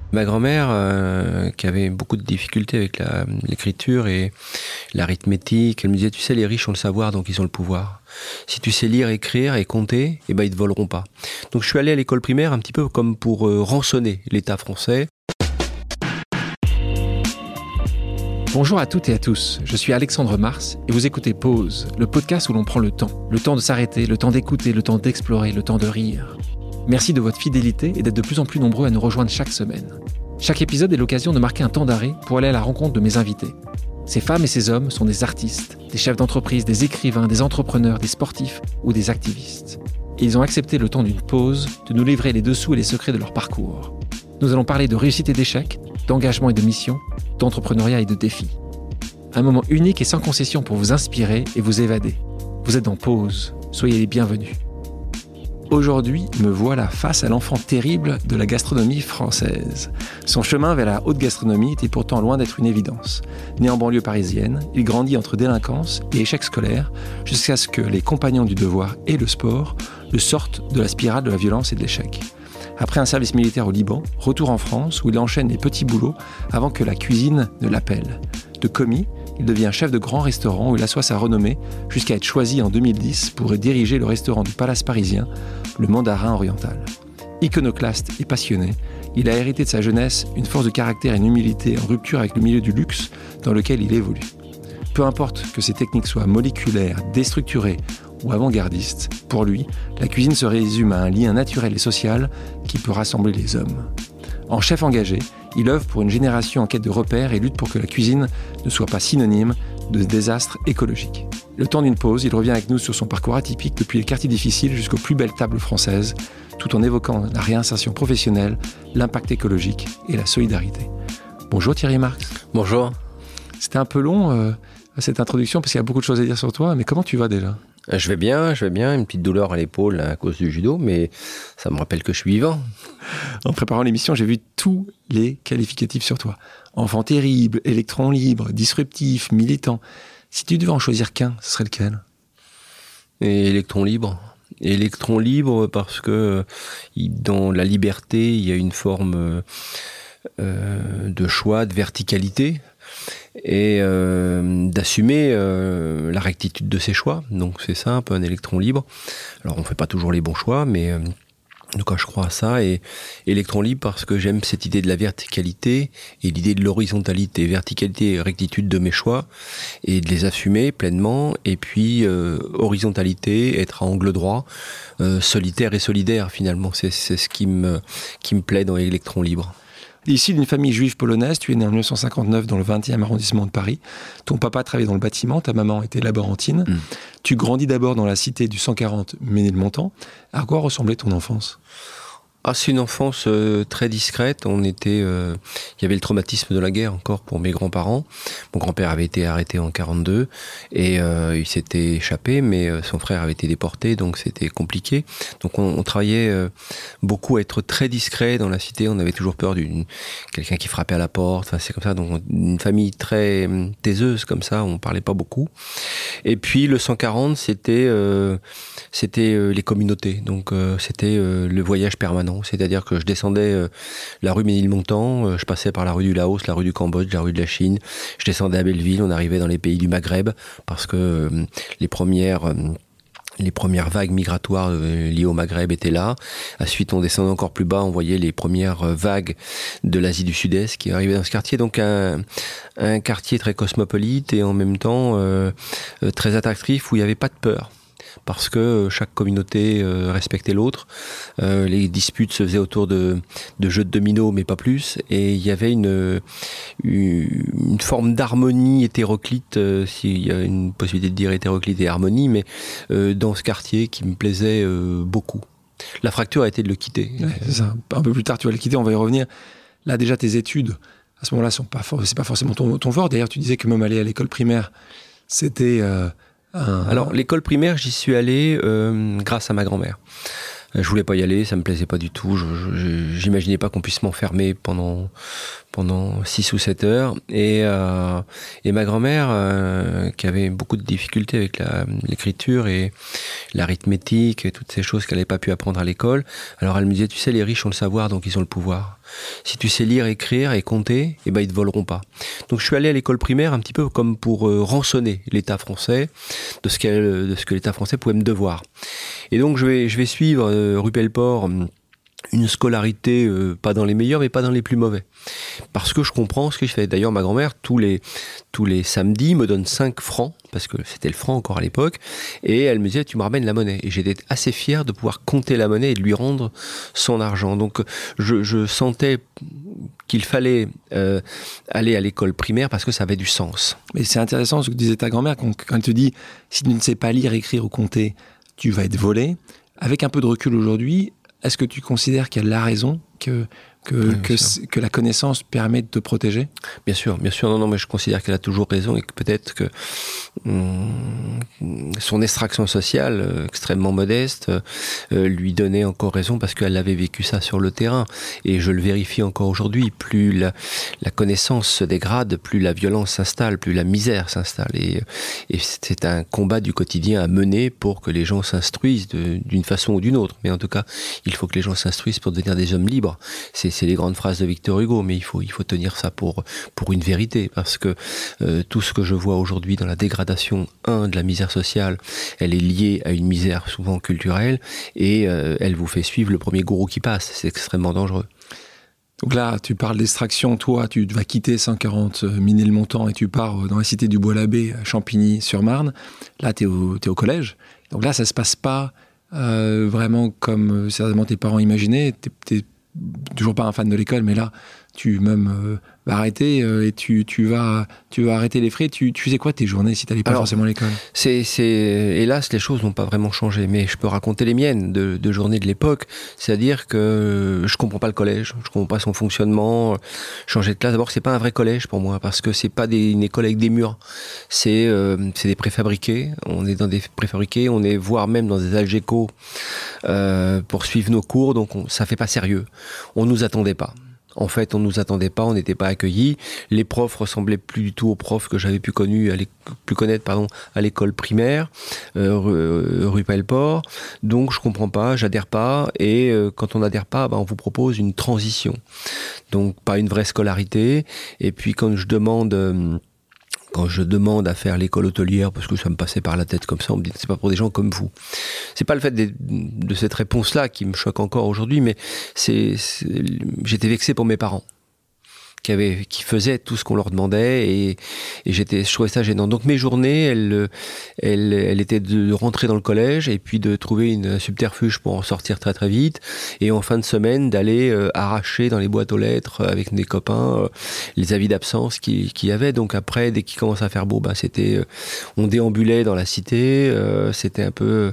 Ma grand-mère, qui avait beaucoup de difficultés avec l'écriture et l'arithmétique, elle me disait, tu sais, les riches ont le savoir, donc ils ont le pouvoir. Si tu sais lire, écrire et compter, eh ben, ils te voleront pas. Donc je suis allé à l'école primaire un petit peu comme pour rançonner l'État français. Bonjour à toutes et à tous, je suis Alexandre Mars et vous écoutez Pause, le podcast où l'on prend le temps de s'arrêter, le temps d'écouter, le temps d'explorer, le temps de rire. Merci de votre fidélité et d'être de plus en plus nombreux à nous rejoindre chaque semaine. Chaque épisode est l'occasion de marquer un temps d'arrêt pour aller à la rencontre de mes invités. Ces femmes et ces hommes sont des artistes, des chefs d'entreprise, des écrivains, des entrepreneurs, des sportifs ou des activistes. Et ils ont accepté le temps d'une pause de nous livrer les dessous et les secrets de leur parcours. Nous allons parler de réussite et d'échec, d'engagement et de mission, d'entrepreneuriat et de défis. Un moment unique et sans concession pour vous inspirer et vous évader. Vous êtes en pause, soyez les bienvenus. Aujourd'hui, me voilà face à l'enfant terrible de la gastronomie française. Son chemin vers la haute gastronomie était pourtant loin d'être une évidence. Né en banlieue parisienne, il grandit entre délinquance et échecs scolaires jusqu'à ce que les compagnons du devoir et le sport le sortent de la spirale de la violence et de l'échec. Après un service militaire au Liban, retour en France où il enchaîne les petits boulots avant que la cuisine ne l'appelle. De commis, il devient chef de grand restaurant où il assoit sa renommée jusqu'à être choisi en 2010 pour diriger le restaurant du Palace parisien, le Mandarin Oriental. Iconoclaste et passionné, il a hérité de sa jeunesse une force de caractère et une humilité en rupture avec le milieu du luxe dans lequel il évolue. Peu importe que ses techniques soient moléculaires, déstructurées ou avant-gardistes, pour lui, la cuisine se résume à un lien naturel et social qui peut rassembler les hommes. En chef engagé, il œuvre pour une génération en quête de repères et lutte pour que la cuisine ne soit pas synonyme de désastre écologique. Le temps d'une pause, il revient avec nous sur son parcours atypique depuis les quartiers difficiles jusqu'aux plus belles tables françaises, tout en évoquant la réinsertion professionnelle, l'impact écologique et la solidarité. Bonjour Thierry Marx. Bonjour. C'était un peu long cette introduction parce qu'il y a beaucoup de choses à dire sur toi, mais comment tu vas déjà ? Je vais bien, une petite douleur à l'épaule à cause du judo, mais ça me rappelle que je suis vivant. En préparant l'émission, j'ai vu tous les qualificatifs sur toi. Enfant terrible, électron libre, disruptif, militant. Si tu devais en choisir qu'un, ce serait lequel ? Et électron libre. Électron libre parce que dans la liberté, il y a une forme de choix, de verticalité. Et d'assumer la rectitude de ses choix. Donc c'est ça, un peu un électron libre. Alors on ne fait pas toujours les bons choix, mais en tout cas je crois à ça. Et électron libre parce que j'aime cette idée de la verticalité et l'idée de l'horizontalité. Verticalité et rectitude de mes choix et de les assumer pleinement. Et puis horizontalité, être à angle droit, solitaire et solidaire finalement. C'est ce qui me plaît dans électron libre. Ici, d'une famille juive polonaise, tu es né en 1959 dans le 20e arrondissement de Paris. Ton papa travaillait dans le bâtiment, ta maman était laborantine. Tu grandis d'abord dans la cité du 140 Ménilmontant. À quoi ressemblait ton enfance ? C'est une enfance très discrète. Il y avait le traumatisme de la guerre encore pour mes grands-parents. Mon grand-père avait été arrêté en 42 et il s'était échappé, mais son frère avait été déporté, donc c'était compliqué. Donc on travaillait beaucoup à être très discret dans la cité. On avait toujours peur quelqu'un qui frappait à la porte. Enfin, c'est comme ça. Donc une famille très taiseuse comme ça. On parlait pas beaucoup. Et puis le 140, c'était les communautés. Donc c'était le voyage permanent. C'est-à-dire que je descendais la rue Ménilmontant, je passais par la rue du Laos, la rue du Cambodge, la rue de la Chine, je descendais à Belleville, on arrivait dans les pays du Maghreb, parce que les premières vagues migratoires liées au Maghreb étaient là. Ensuite, on descendait encore plus bas, on voyait les premières vagues de l'Asie du Sud-Est qui arrivaient dans ce quartier. Donc un quartier très cosmopolite et en même temps très attractif où il n'y avait pas de peur. Parce que chaque communauté respectait l'autre. Les disputes se faisaient autour de jeux de dominos, mais pas plus. Et il y avait une forme d'harmonie hétéroclite, s'il y a une possibilité de dire hétéroclite et harmonie, mais dans ce quartier qui me plaisait beaucoup. La fracture a été de le quitter. Ouais, c'est ça. Un peu plus tard, tu vas le quitter, on va y revenir. Là, déjà, tes études, à ce moment-là, c'est pas forcément ton fort. D'ailleurs, tu disais que même aller à l'école primaire, c'était... Alors, l'école primaire, j'y suis allé grâce à ma grand-mère. Je voulais pas y aller, ça me plaisait pas du tout. J'imaginais pas qu'on puisse m'enfermer pendant 6 ou 7 heures. Et ma grand-mère, qui avait beaucoup de difficultés avec l'écriture et l'arithmétique et toutes ces choses qu'elle n'avait pas pu apprendre à l'école. Alors elle me disait, tu sais, les riches ont le savoir, donc ils ont le pouvoir. Si tu sais lire, écrire et compter, eh ben, ils te voleront pas. Donc je suis allé à l'école primaire un petit peu comme pour rançonner l'État français de ce que l'État français pouvait me devoir. Et donc je vais suivre rue Pelleport une scolarité pas dans les meilleurs mais pas dans les plus mauvais, parce que je comprends ce que je fais. D'ailleurs ma grand-mère tous les samedis me donne 5 francs, parce que c'était le franc encore à l'époque, et elle me disait tu me ramènes la monnaie, et j'étais assez fier de pouvoir compter la monnaie et de lui rendre son argent. Donc je sentais qu'il fallait aller à l'école primaire parce que ça avait du sens. Mais c'est intéressant ce que disait ta grand-mère quand elle te dit si tu ne sais pas lire, écrire ou compter, tu vas être volé. Avec un peu de recul aujourd'hui, est-ce que tu considères qu'elle a raison, que la connaissance permet de te protéger ? Bien sûr. Non, mais je considère qu'elle a toujours raison, et que peut-être que son extraction sociale, extrêmement modeste, lui donnait encore raison parce qu'elle avait vécu ça sur le terrain. Et je le vérifie encore aujourd'hui. Plus la connaissance se dégrade, plus la violence s'installe, plus la misère s'installe. Et c'est un combat du quotidien à mener pour que les gens s'instruisent d'une façon ou d'une autre. Mais en tout cas, il faut que les gens s'instruisent pour devenir des hommes libres. C'est les grandes phrases de Victor Hugo, mais il faut tenir ça pour une vérité, parce que tout ce que je vois aujourd'hui dans la dégradation, de la misère sociale, elle est liée à une misère souvent culturelle, et elle vous fait suivre le premier gourou qui passe. C'est extrêmement dangereux. Donc là, tu parles d'extraction. Toi, tu vas quitter 140 Ménilmontant et tu pars dans la cité du Bois-l'Abbé, à Champigny-sur-Marne. Là, t'es au collège. Donc là, ça se passe pas vraiment comme certainement tes parents imaginaient. T'es toujours pas un fan de l'école, mais là, tu même vas arrêter et tu vas arrêter les frais. Tu faisais quoi tes journées si t'allais pas forcément à l'école ? Hélas, les choses n'ont pas vraiment changé, mais je peux raconter les miennes de journées de l'époque. C'est-à-dire que je comprends pas le collège, je comprends pas son fonctionnement. Changer de classe, d'abord, c'est pas un vrai collège pour moi, parce que c'est pas une école avec des murs. C'est des préfabriqués. On est dans des préfabriqués, on est voire même dans des algécos pour suivre nos cours, donc ça fait pas sérieux. On nous attendait pas. En fait, on ne nous attendait pas, on n'était pas accueillis. Les profs ressemblaient plus du tout aux profs que j'avais pu connaître à l'école primaire, rue Pelleport. Donc, je comprends pas, j'adhère pas. Et quand on n'adhère pas, on vous propose une transition. Donc, pas une vraie scolarité. Et puis, quand je demande à faire l'école hôtelière, parce que ça me passait par la tête comme ça, on me dit c'est pas pour des gens comme vous. C'est pas le fait de cette réponse-là qui me choque encore aujourd'hui, mais j'étais vexé pour mes parents qui faisaient tout ce qu'on leur demandait, et je trouvais ça gênant. Donc mes journées, elles étaient de rentrer dans le collège et puis de trouver une subterfuge pour en sortir très très vite, et en fin de semaine d'aller arracher dans les boîtes aux lettres avec des copains les avis d'absence qu'il y avait. Donc après, dès qu'il commençait à faire beau, on déambulait dans la cité, c'était un peu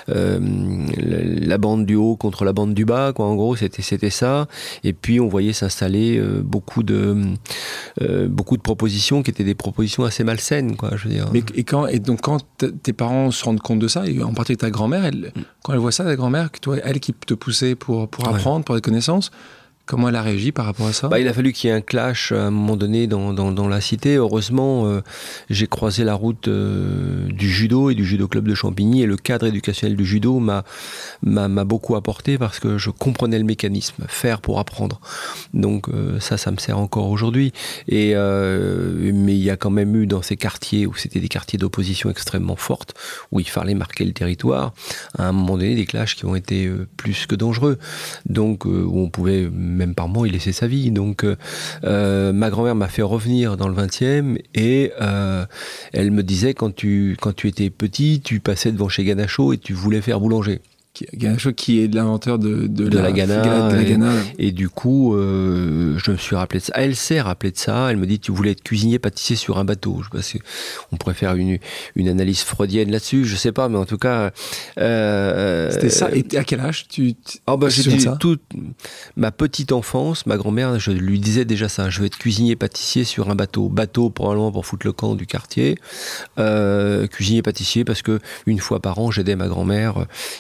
la bande du haut contre la bande du bas, quoi. En gros, c'était ça. Et puis on voyait s'installer beaucoup de propositions qui étaient des propositions assez malsaines, quoi, je veux dire. Et donc quand tes parents se rendent compte de ça, et en particulier ta grand-mère, quand elle voit ça, ta grand-mère, elle qui te poussait pour apprendre, pour des connaissances, comment elle a réagi par rapport à ça ? Il a fallu qu'il y ait un clash à un moment donné dans la cité. Heureusement, j'ai croisé la route du judo et du judo club de Champigny, et le cadre éducationnel du judo m'a beaucoup apporté, parce que je comprenais le mécanisme, faire pour apprendre. Donc ça me sert encore aujourd'hui. Mais il y a quand même eu dans ces quartiers où c'était des quartiers d'opposition extrêmement forte, où il fallait marquer le territoire, à un moment donné des clashs qui ont été plus que dangereux. Donc où on pouvait même par moment y laisser sa vie. Donc ma grand-mère m'a fait revenir dans le 20e, et elle me disait quand tu étais petit, tu passais devant chez Ganacho et tu voulais faire boulanger. Ganacho qui est l'inventeur de la Gana. Gana. Et du coup, je me suis rappelé de ça. Elle s'est rappelée de ça. Elle me dit, tu voulais être cuisinier pâtissier sur un bateau. Je sais pas si on pourrait faire une analyse freudienne là-dessus. Je sais pas, mais en tout cas. C'était ça. Et à quel âge j'ai dit toute ma petite enfance, ma grand-mère, je lui disais déjà ça. Je veux être cuisinier pâtissier sur un bateau. Bateau probablement pour foutre le camp du quartier. Cuisinier pâtissier parce que une fois par an, j'aidais ma grand-mère. Il y avait une grande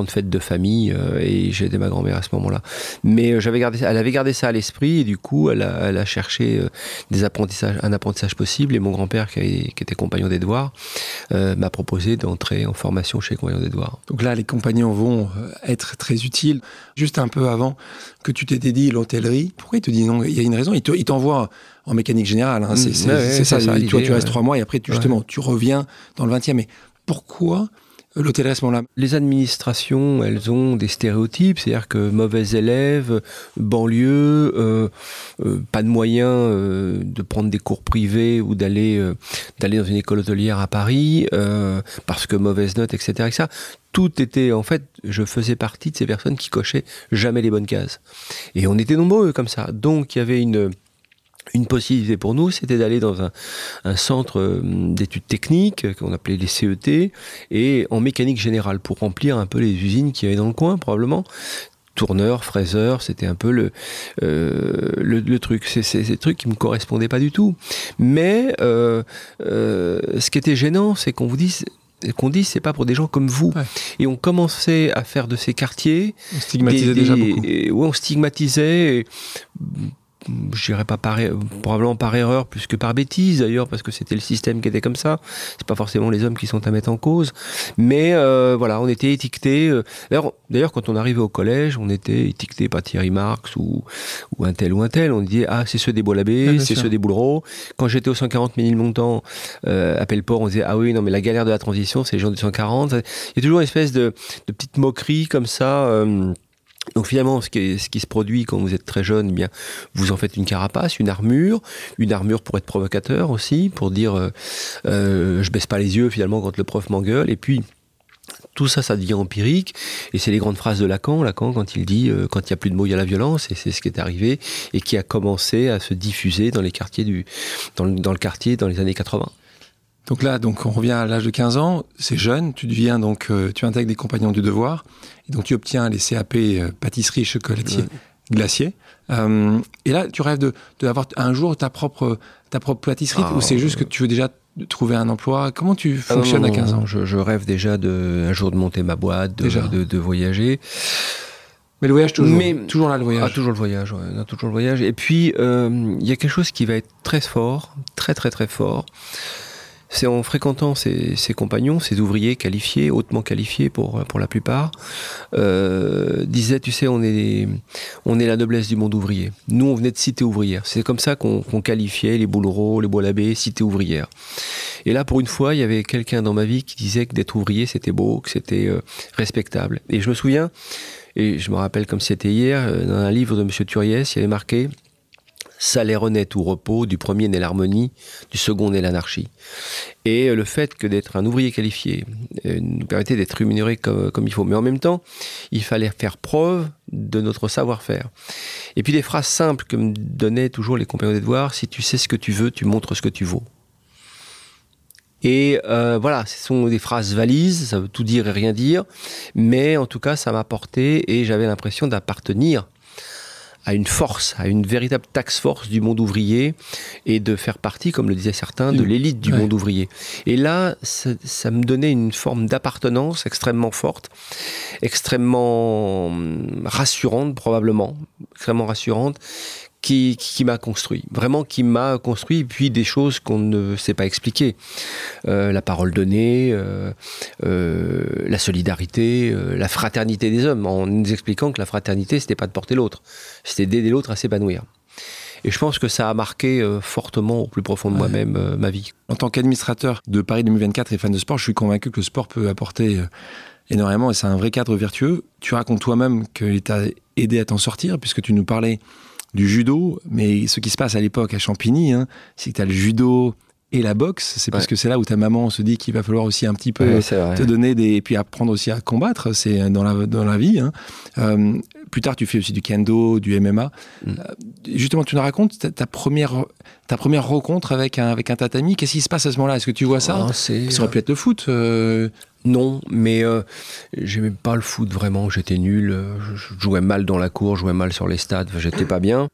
grandes fêtes de famille et j'aidais ma grand-mère à ce moment-là. Mais elle avait gardé ça à l'esprit et du coup, elle a cherché un apprentissage possible. Et mon grand-père, qui était compagnon d'Édouard, m'a proposé d'entrer en formation chez compagnon d'Édouard. Donc là, les compagnons vont être très utiles. Juste un peu avant que tu t'étais dit l'hôtellerie, pourquoi il te dit non? Il y a une raison. Il t'envoie en mécanique générale. Hein. C'est ça. Toi, tu restes 3 mois et après, tu reviens dans le 20e. Mais pourquoi l'hôtellerie à ce moment-là? Les administrations, elles ont des stéréotypes, c'est-à-dire que mauvais élèves, banlieue, pas de moyens de prendre des cours privés ou d'aller dans une école hôtelière à Paris, parce que mauvaise note, etc., etc. Tout était, en fait, je faisais partie de ces personnes qui cochaient jamais les bonnes cases. Et on était nombreux comme ça. Donc, il y avait une possibilité pour nous, c'était d'aller dans un centre d'études techniques qu'on appelait les CET et en mécanique générale pour remplir un peu les usines qu'il y avait dans le coin probablement. Tourneur, fraiseur, c'était un peu le truc. C'est des trucs qui me correspondaient pas du tout. Mais ce qui était gênant, c'est qu'on dise c'est pas pour des gens comme vous. Ouais. Et on commençait à faire de ces quartiers. On stigmatisait déjà beaucoup. On stigmatisait. Je dirais pas probablement par erreur plus que par bêtise d'ailleurs, parce que c'était le système qui était comme ça. C'est pas forcément les hommes qui sont à mettre en cause, mais voilà, on était étiquetés. D'ailleurs, quand on arrivait au collège, on était étiquetés par Thierry Marx ou un tel ou un tel. On disait c'est ceux des Bois-l'Abbé, c'est ceux des Boulereau. Quand j'étais au 140 Ménilmontant à Pelleport, on disait oui, non mais la galère de la transition, c'est les gens du 140. Il y a toujours une espèce de petite moquerie comme ça. Donc finalement, ce qui se produit quand vous êtes très jeune, eh bien, vous en faites une carapace, une armure pour être provocateur aussi, pour dire je baisse pas les yeux finalement quand le prof m'engueule, et puis tout ça, ça devient empirique, et c'est les grandes phrases de Lacan quand il dit quand il n'y a plus de mots, il y a la violence, et c'est ce qui est arrivé, et qui a commencé à se diffuser dans les quartiers dans le quartier dans les années 80. Donc là, on revient à l'âge de 15 ans, c'est jeune, tu deviens tu intègres des compagnons du devoir, et donc tu obtiens les CAP pâtisserie, chocolatier, glacier. Et là, tu rêves d'avoir un jour ta propre pâtisserie, ou c'est juste que tu veux déjà trouver un emploi? Comment tu fonctionnes à 15 ans? Je rêve déjà un jour de monter ma boîte, de voyager. Mais le voyage toujours là, le voyage. Toujours le voyage, ouais, toujours le voyage. Et puis, il y a quelque chose qui va être très fort, très très très fort. C'est en fréquentant ces compagnons, ces ouvriers qualifiés, hautement qualifiés pour la plupart, disaient, tu sais, on est la noblesse du monde ouvrier. Nous, on venait de cité ouvrière. C'est comme ça qu'on qualifiait les Boulereau, les Bois-l'Abbé, cité ouvrière. Et là, pour une fois, il y avait quelqu'un dans ma vie qui disait que d'être ouvrier, c'était beau, que c'était respectable. Et je me souviens, et je me rappelle comme c'était hier, dans un livre de M. Turiès, il y avait marqué « Salaire honnête ou repos, du premier naît l'harmonie, du second naît l'anarchie ». Et le fait que d'être un ouvrier qualifié nous permettait d'être rémunéré comme il faut. Mais en même temps, il fallait faire preuve de notre savoir-faire. Et puis des phrases simples que me donnaient toujours les compagnons d'Édouard, « Si tu sais ce que tu veux, tu montres ce que tu vaux ». Et voilà, ce sont des phrases valises, ça veut tout dire et rien dire, mais en tout cas, ça m'a porté et j'avais l'impression d'appartenir à une force, à une véritable task force du monde ouvrier et de faire partie, comme le disaient certains, de l'élite du monde ouvrier. Et là, ça me donnait une forme d'appartenance extrêmement forte, extrêmement rassurante probablement, extrêmement rassurante, qui m'a construit, vraiment qui m'a construit, et puis des choses qu'on ne sait pas expliquer. La parole donnée, la solidarité, la fraternité des hommes, en nous expliquant que la fraternité, c'était pas de porter l'autre, c'était d'aider l'autre à s'épanouir. Et je pense que ça a marqué fortement au plus profond de moi-même ma vie. En tant qu'administrateur de Paris 2024 et fan de sport, je suis convaincu que le sport peut apporter énormément, et c'est un vrai cadre vertueux. Tu racontes toi-même qu'il t'a aidé à t'en sortir, puisque tu nous parlais du judo, mais ce qui se passe à l'époque à Champigny, c'est que tu as le judo et la boxe, c'est parce que c'est là où ta maman se dit qu'il va falloir aussi un petit peu te donner et puis apprendre aussi à combattre, c'est dans la vie. Plus tard, tu fais aussi du kendo, du MMA. Justement, tu nous racontes ta première rencontre avec un tatami. Qu'est-ce qui se passe à ce moment-là? Est-ce que tu vois ça? Ça aurait pu être le foot. Non, mais j'aimais pas le foot vraiment, j'étais nul, je jouais mal dans la cour, je jouais mal sur les stades, j'étais pas bien.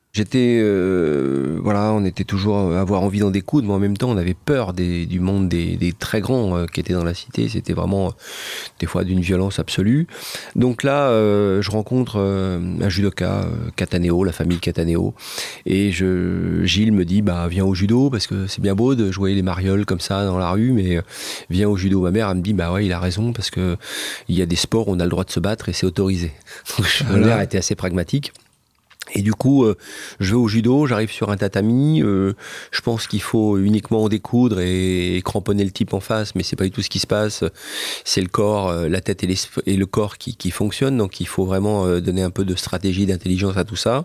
On était toujours à avoir envie d'en découdre, mais en même temps on avait peur du monde des très grands qui étaient dans la cité, c'était vraiment des fois d'une violence absolue. Donc là, je rencontre un judoka, Cataneo, la famille Cataneo, et Gilles me dit, viens au judo, parce que c'est bien beau de jouer les marioles comme ça dans la rue, mais viens au judo. Ma mère, elle me dit, ouais, il a raison, parce que il y a des sports où on a le droit de se battre et c'est autorisé. Donc, ma mère était assez pragmatique. Et du coup, je vais au judo, j'arrive sur un tatami, je pense qu'il faut uniquement en découdre et cramponner le type en face, mais c'est pas du tout ce qui se passe. C'est le corps, la tête et le corps qui fonctionnent, donc il faut vraiment donner un peu de stratégie, d'intelligence à tout ça.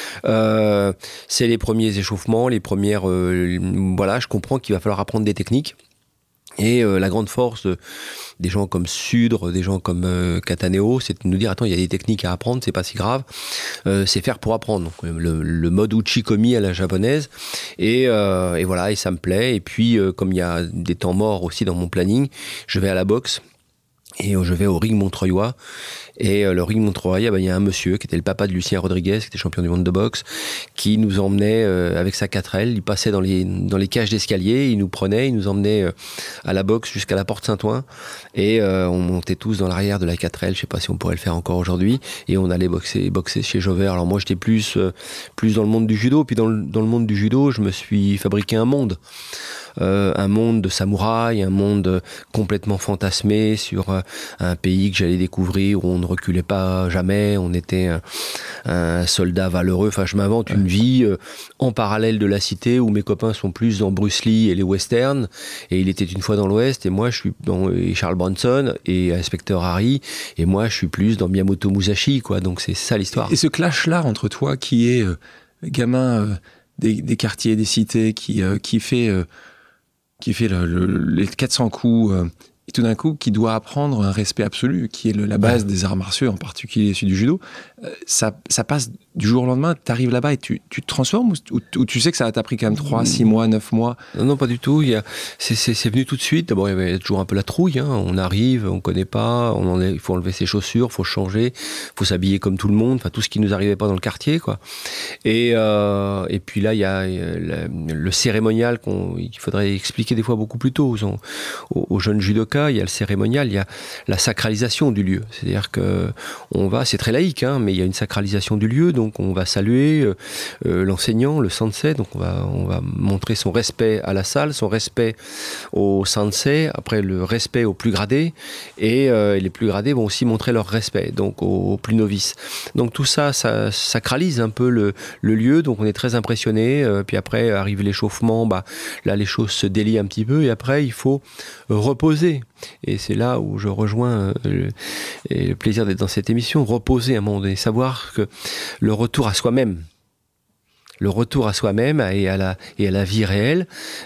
C'est les premiers échauffements, les premières... je comprends qu'il va falloir apprendre des techniques. Et la grande force des gens comme Sudre, des gens comme Cataneo, c'est de nous dire, attends, il y a des techniques à apprendre, c'est pas si grave, c'est faire pour apprendre. Donc, le mode uchikomi à la japonaise, et ça me plaît. Et puis, comme il y a des temps morts aussi dans mon planning, je vais à la boxe. Et je vais au ring montreuillois. Et le ring montreuillois, il y a un monsieur qui était le papa de Lucien Rodriguez, qui était champion du monde de boxe, qui nous emmenait avec sa 4L. Il passait dans les cages d'escalier, il nous prenait, il nous emmenait à la boxe jusqu'à la porte Saint-Ouen. Et on montait tous dans l'arrière de la 4L. Je sais pas si on pourrait le faire encore aujourd'hui. Et on allait boxer chez Jauvert. Alors moi, j'étais plus dans le monde du judo. Puis dans le monde du judo, je me suis fabriqué un monde de samouraïs, un monde complètement fantasmé sur un pays que j'allais découvrir où on ne reculait pas jamais, on était un soldat valeureux. Enfin, je m'invente une vie en parallèle de la cité où mes copains sont plus dans Bruce Lee et les westerns, et il était une fois dans l'Ouest, et moi je suis dans Charles Bronson et Inspecteur Harry, et moi je suis plus dans Miyamoto Musashi, quoi. Donc c'est ça l'histoire. Et ce clash-là entre toi qui est gamin des quartiers, des cités, qui fait les 400 coups, et tout d'un coup, qui doit apprendre un respect absolu, qui est la base des arts martiaux, en particulier celui du judo, ça passe du jour au lendemain, tu arrives là-bas et tu te transformes, ou tu sais que ça t'a pris quand même 3, 6 mois, 9 mois? Non, pas du tout. C'est venu tout de suite. D'abord, il y avait toujours un peu la trouille. On arrive, on connaît pas, il faut enlever ses chaussures, il faut changer, il faut s'habiller comme tout le monde, enfin tout ce qui nous arrivait pas dans le quartier, quoi. Et puis là, il y a le cérémonial qu'il faudrait expliquer des fois beaucoup plus tôt aux jeunes judokas. Il y a le cérémonial, il y a la sacralisation du lieu. C'est-à-dire que c'est très laïque, mais il y a une sacralisation du lieu. Donc on va saluer l'enseignant, le sensei. Donc on va montrer son respect à la salle, son respect au sensei, après le respect aux plus gradés, et les plus gradés vont aussi montrer leur respect donc aux plus novices. Donc tout ça sacralise un peu le lieu. Donc on est très impressionné. Puis après arrive l'échauffement. Là les choses se délient un petit peu, et après il faut reposer. Et c'est là où je rejoins le plaisir d'être dans cette émission, reposer à un moment donné, savoir que le retour à soi-même et à la vie réelle,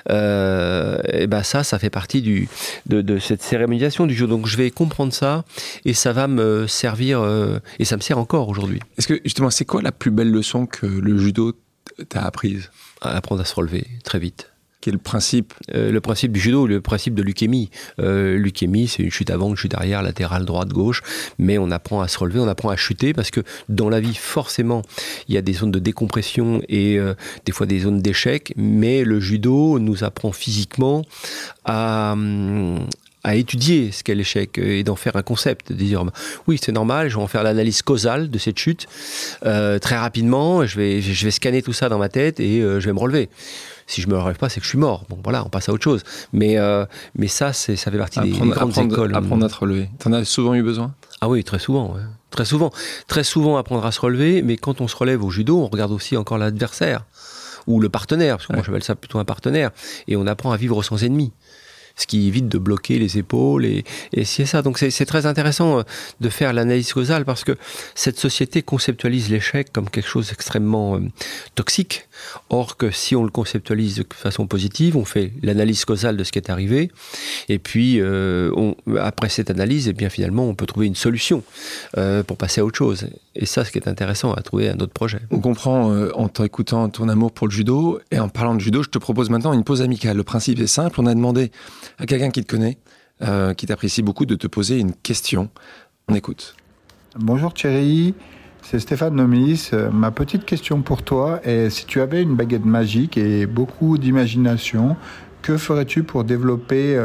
ça fait partie de cette cérémonisation du judo. Donc je vais comprendre ça, et ça va me servir, et ça me sert encore aujourd'hui. Est-ce que justement, c'est quoi la plus belle leçon que le judo t'a apprise? Apprendre à se relever très vite. Quel est le principe? Le principe du judo, le principe de l'ukemi. L'ukemi, c'est une chute avant, une chute arrière, latérale, droite, gauche. Mais on apprend à se relever, on apprend à chuter, parce que dans la vie, forcément, il y a des zones de décompression et des fois des zones d'échec. Mais le judo nous apprend physiquement à étudier ce qu'est l'échec et d'en faire un concept, de dire oui, c'est normal, je vais en faire l'analyse causale de cette chute très rapidement, je vais scanner tout ça dans ma tête et je vais me relever. Si je me relève pas, c'est que je suis mort. Bon, voilà, on passe à autre chose. Mais ça fait partie des grandes écoles. Apprendre à te relever. T'en as souvent eu besoin? Ah oui, très souvent. Ouais. Très souvent, apprendre à se relever. Mais quand on se relève au judo, on regarde aussi encore l'adversaire ou le partenaire, parce que moi j'appelle ça plutôt un partenaire. Et on apprend à vivre sans ennemi, ce qui évite de bloquer les épaules, et c'est ça. Donc c'est très intéressant de faire l'analyse causale, parce que cette société conceptualise l'échec comme quelque chose d'extrêmement toxique. Or que si on le conceptualise de façon positive, on fait l'analyse causale de ce qui est arrivé, et puis après cette analyse, bien finalement on peut trouver une solution pour passer à autre chose. Et ça, ce qui est intéressant, à trouver un autre projet. On comprend en t'écoutant ton amour pour le judo, et en parlant de judo, je te propose maintenant une pause amicale. Le principe est simple, on a demandé à quelqu'un qui te connaît qui t'apprécie beaucoup, de te poser une question. On écoute. Bonjour Thierry, c'est Stéphane Nomis. Ma petite question pour toi est, si tu avais une baguette magique et beaucoup d'imagination, que ferais-tu pour développer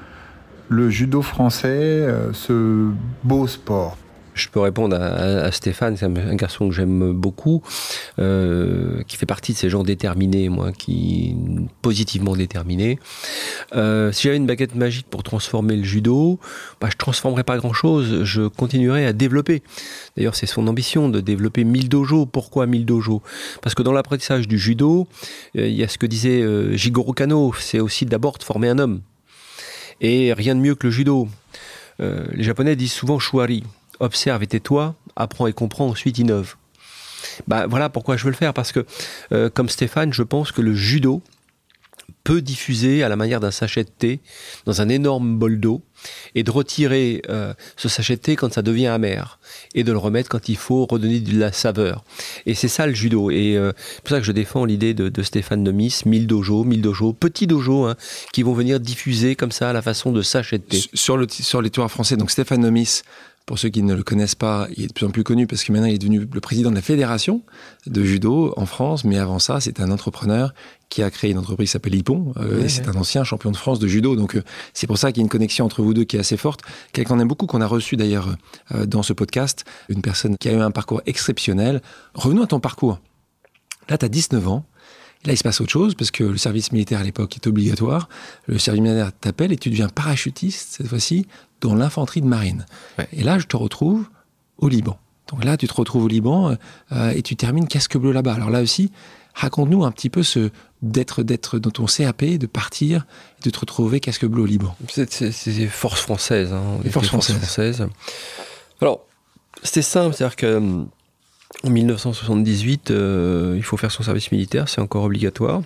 le judo français, ce beau sport ? Je peux répondre à Stéphane, c'est un garçon que j'aime beaucoup, qui fait partie de ces gens déterminés, positivement déterminés. Si j'avais une baguette magique pour transformer le judo, je ne transformerais pas grand-chose, je continuerais à développer. D'ailleurs, c'est son ambition de développer 1000 dojos. Pourquoi 1000 dojos ? Parce que dans l'apprentissage du judo, il y a ce que disait Jigoro Kano, c'est aussi d'abord de former un homme. Et rien de mieux que le judo. Les Japonais disent souvent shuari. Observe et tais-toi, apprends et comprends, ensuite innove. Voilà pourquoi je veux le faire, parce que, comme Stéphane, je pense que le judo peut diffuser à la manière d'un sachet de thé dans un énorme bol d'eau, et de retirer ce sachet de thé quand ça devient amer, et de le remettre quand il faut redonner de la saveur. Et c'est ça le judo, et c'est pour ça que je défends l'idée de Stéphane Nomis, 1000 dojos, petits dojos, qui vont venir diffuser comme ça à la façon de sachet de thé. Sur les territoires français, donc Stéphane Nomis, pour ceux qui ne le connaissent pas, il est de plus en plus connu parce que maintenant il est devenu le président de la fédération de judo en France. Mais avant ça, c'est un entrepreneur qui a créé une entreprise qui s'appelle Ippon. C'est un ancien champion de France de judo. Donc c'est pour ça qu'il y a une connexion entre vous deux qui est assez forte. Quelqu'un qu'on aime beaucoup, qu'on a reçu d'ailleurs dans ce podcast. Une personne qui a eu un parcours exceptionnel. Revenons à ton parcours. Là, tu as 19 ans. Là, il se passe autre chose, parce que le service militaire à l'époque est obligatoire. Le service militaire t'appelle et tu deviens parachutiste, cette fois-ci, dans l'infanterie de marine. Ouais. Et là, je te retrouve au Liban. Donc là, tu te retrouves au Liban et tu termines casque bleu là-bas. Alors là aussi, raconte-nous un petit peu d'être dans ton CAP, de partir, de te retrouver casque bleu au Liban. C'est des forces françaises. Les forces françaises. Alors, c'était simple, c'est-à-dire que en 1978, il faut faire son service militaire, c'est encore obligatoire.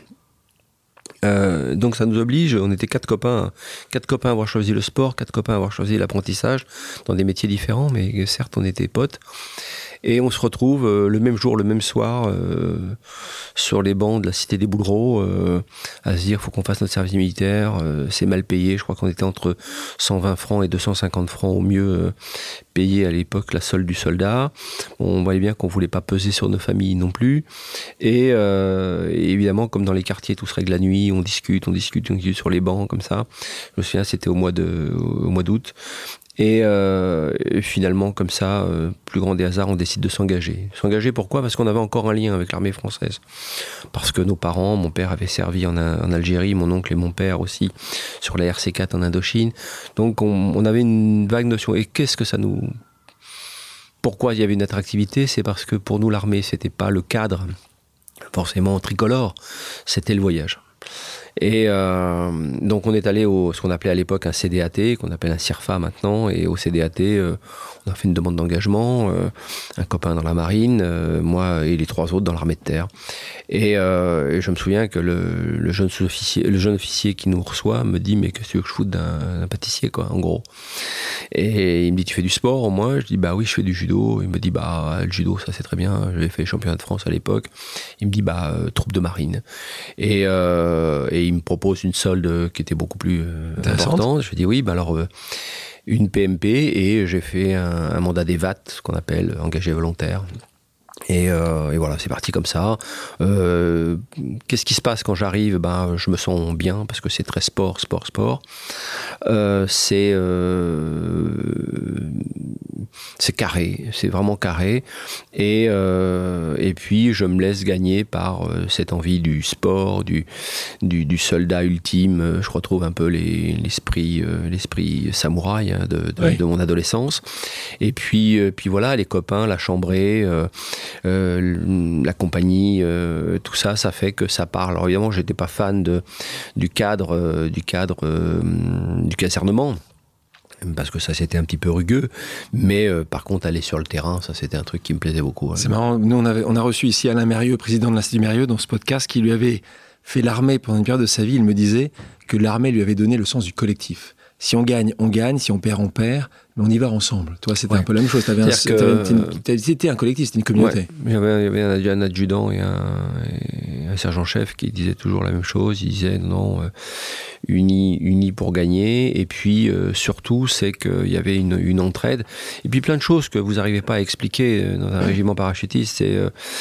Donc ça nous oblige, on était 4 copains à avoir choisi le sport, 4 copains à avoir choisi l'apprentissage, dans des métiers différents, mais certes on était potes. Et on se retrouve le même jour, le même soir, sur les bancs de la cité des Boulereaux, à se dire faut qu'on fasse notre service militaire, c'est mal payé, je crois qu'on était entre 120 francs et 250 francs au mieux payé à l'époque la solde du soldat. On voyait bien qu'on voulait pas peser sur nos familles non plus. Et évidemment, comme dans les quartiers, tout se règle la nuit, on discute sur les bancs comme ça. Je me souviens, c'était au mois d'août. Et finalement, comme ça, plus grand des hasards, on décide de s'engager. S'engager pourquoi ? Parce qu'on avait encore un lien avec l'armée française. Parce que nos parents, mon père avait servi en Algérie, mon oncle et mon père aussi, sur la RC4 en Indochine. Donc on avait une vague notion. Et qu'est-ce que ça nous... Pourquoi il y avait une attractivité ? C'est parce que pour nous, l'armée, c'était pas le cadre forcément tricolore, c'était le voyage. Et donc on est allé au ce qu'on appelait à l'époque un CDAT, qu'on appelle un CIRFA maintenant, et au CDAT on a fait une demande d'engagement, un copain dans la marine, moi et les 3 autres dans l'armée de terre. Et je me souviens que le jeune officier qui nous reçoit me dit mais qu'est-ce que tu veux que je foute d'un pâtissier quoi, en gros. Et il me dit tu fais du sport au moins ? Je dis bah oui je fais du judo. Il me dit bah le judo ça c'est très bien, j'avais fait championnat de France à l'époque. Il me dit bah troupe de marine. Et il me propose une solde qui était beaucoup plus importante. Je lui dis oui, bah alors une PMP, et j'ai fait un mandat d'EVAT, ce qu'on appelle engagé volontaire. Et voilà, c'est parti comme ça. Qu'est-ce qui se passe quand j'arrive ? Ben, je me sens bien parce que c'est très sport. C'est carré, c'est vraiment carré. Et puis je me laisse gagner par cette envie du sport, du soldat ultime. Je retrouve un peu l'esprit samouraï de mon adolescence. Et puis voilà, les copains, la chambrée, la compagnie, tout ça fait que ça parle. Alors évidemment, j'étais pas fan du cadre du casernement, parce que ça c'était un petit peu rugueux, mais par contre aller sur le terrain, ça c'était un truc qui me plaisait beaucoup. C'est marrant, nous on a reçu ici Alain Mérieux, président de l'Institut Mérieux, dans ce podcast, qui lui avait fait l'armée pendant une période de sa vie. Il me disait que l'armée lui avait donné le sens du collectif. Si on gagne, on gagne, si on perd, mais on y va ensemble. Toi, c'était un peu la même chose. C'était un collectif, c'était une communauté. Ouais, il y avait un adjudant et un un sergent-chef qui disait toujours la même chose. Il disait non, unis pour gagner. Et puis surtout, c'est qu'il y avait une entraide. Et puis plein de choses que vous n'arrivez pas à expliquer dans un régiment parachutiste. C'est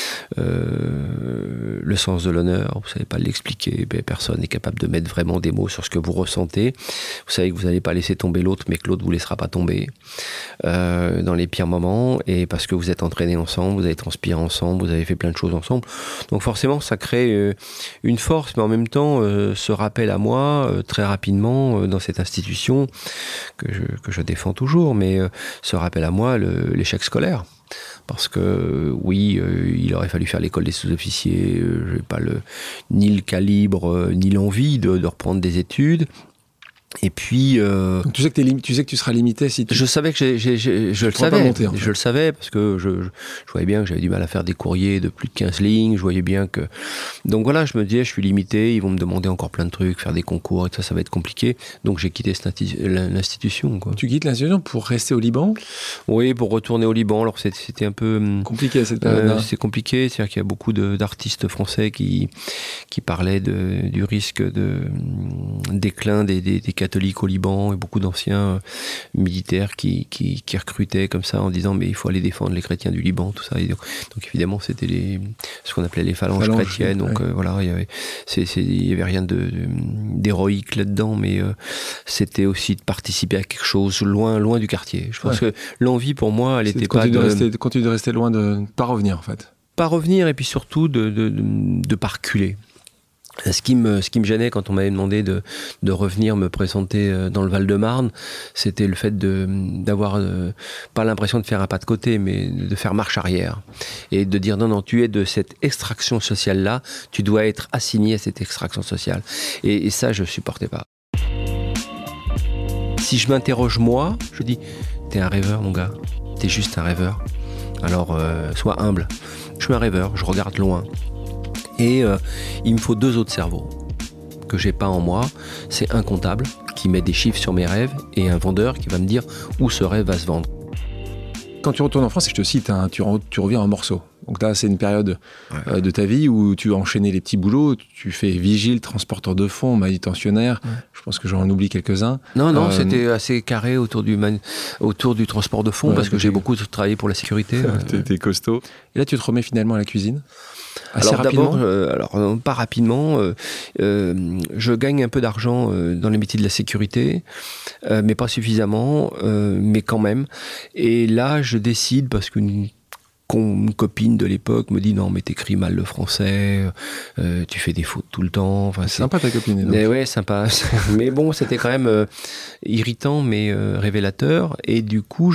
le sens de l'honneur. Vous ne savez pas l'expliquer. Personne n'est capable de mettre vraiment des mots sur ce que vous ressentez. Vous savez que vous n'allez pas laisser tomber l'autre, mais que l'autre ne vous laissera pas tomber dans les pires moments. Et parce que vous êtes entraînés ensemble, vous avez transpiré ensemble, vous avez fait plein de choses ensemble. Donc forcément, ça crée une force, mais en même temps, ce rappel à moi, très rapidement, dans cette institution que je défends toujours, mais ce rappel à moi, l'échec scolaire. Parce que oui, il aurait fallu faire l'école des sous-officiers, je n'ai pas ni le calibre, ni l'envie de reprendre des études. Et puis, donc tu sais que tu seras limité si tu... Je savais que je le savais. Monter, en fait. Je le savais parce que je voyais bien que j'avais du mal à faire des courriers de plus de 15 lignes. Je voyais bien que... Donc voilà, je me disais, je suis limité, ils vont me demander encore plein de trucs, faire des concours et tout ça, ça va être compliqué. Donc j'ai quitté l'institution, quoi. Tu quittes l'institution pour rester au Liban ? Oui, pour retourner au Liban. Alors c'était un peu... compliqué cette période-là. C'est compliqué, c'est-à-dire qu'il y a beaucoup d'artistes français qui parlaient du risque de déclin des catholiques au Liban, et beaucoup d'anciens militaires qui recrutaient comme ça en disant mais il faut aller défendre les chrétiens du Liban, tout ça. Et donc évidemment c'était ce qu'on appelait les phalanges chrétiennes. Donc voilà, il y avait rien d'héroïque là-dedans, mais c'était aussi de participer à quelque chose loin du quartier. Je pense que l'envie pour moi, elle n'était pas continuer de rester loin, de ne pas revenir en fait. Pas revenir, et puis surtout de pas reculer. Ce qui me gênait quand on m'avait demandé de revenir me présenter dans le Val-de-Marne, c'était le fait d'avoir pas l'impression de faire un pas de côté, mais de faire marche arrière. Et de dire non, tu es de cette extraction sociale-là, tu dois être assigné à cette extraction sociale. Et ça, je supportais pas. Si je m'interroge moi, je dis, t'es un rêveur mon gars, t'es juste un rêveur. Alors, sois humble. Je suis un rêveur, je regarde loin. Et il me faut 2 autres cerveaux que j'ai pas en moi. C'est un comptable qui met des chiffres sur mes rêves et un vendeur qui va me dire où ce rêve va se vendre. Quand tu retournes en France, et je te cite, tu reviens en morceaux. Donc là, c'est une période de ta vie où tu as enchaîné les petits boulots. Tu fais vigile, transporteur de fonds, manutentionnaire. Ouais. Je pense que j'en oublie quelques-uns. Non, c'était assez carré autour du transport de fonds, parce que j'ai beaucoup travaillé pour la sécurité. T'es costaud. Et là, tu te remets finalement à la cuisine ? Alors d'abord, pas rapidement, je gagne un peu d'argent dans les métiers de la sécurité, mais pas suffisamment, mais quand même. Et là, je décide, parce qu'une copine de l'époque me dit non mais t'écris mal le français, tu fais des fautes tout le temps. Enfin, c'est sympa ta copine. Mais ouais, sympa. Mais bon, c'était quand même irritant mais révélateur. Et du coup,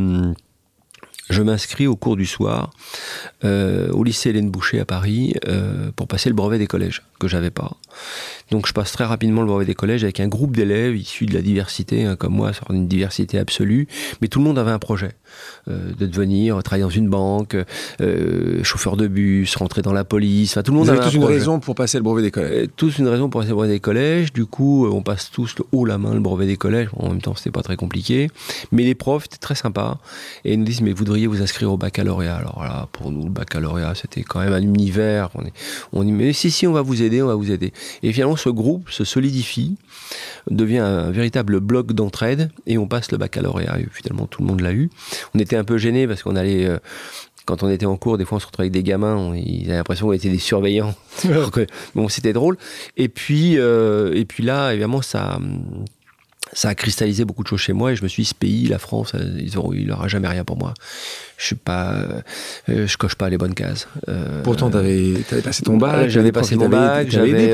je m'inscris au cours du soir au lycée Hélène Boucher à Paris pour passer le brevet des collèges, que j'avais pas. Donc je passe très rapidement le brevet des collèges avec un groupe d'élèves issus de la diversité, comme moi, sur une diversité absolue, mais tout le monde avait un projet de devenir, travailler dans une banque, chauffeur de bus, rentrer dans la police, enfin tout le monde avait un projet. Tous une raison pour passer le brevet des collèges. Tous une raison pour passer le brevet des collèges, du coup on passe tous haut la main le brevet des collèges, en même temps c'était pas très compliqué, mais les profs étaient très sympas, et ils nous disent mais vous devriez vous inscrire au baccalauréat. Alors là, pour nous le baccalauréat c'était quand même un univers, on dit mais si on va vous aider. Et finalement ce groupe se solidifie, devient un véritable bloc d'entraide, et on passe le baccalauréat, et finalement tout le monde l'a eu. On était un peu gênés parce qu'on allait, quand on était en cours, des fois on se retrouvait avec des gamins, ils avaient l'impression qu'on était des surveillants. Bon, c'était drôle. Et puis là, évidemment, ça a cristallisé beaucoup de choses chez moi, et je me suis dit, ce pays, la France, il n'aura jamais rien pour moi. Je coche pas les bonnes cases. Pourtant, t'avais passé ton bac. J'avais passé mon bac. J'avais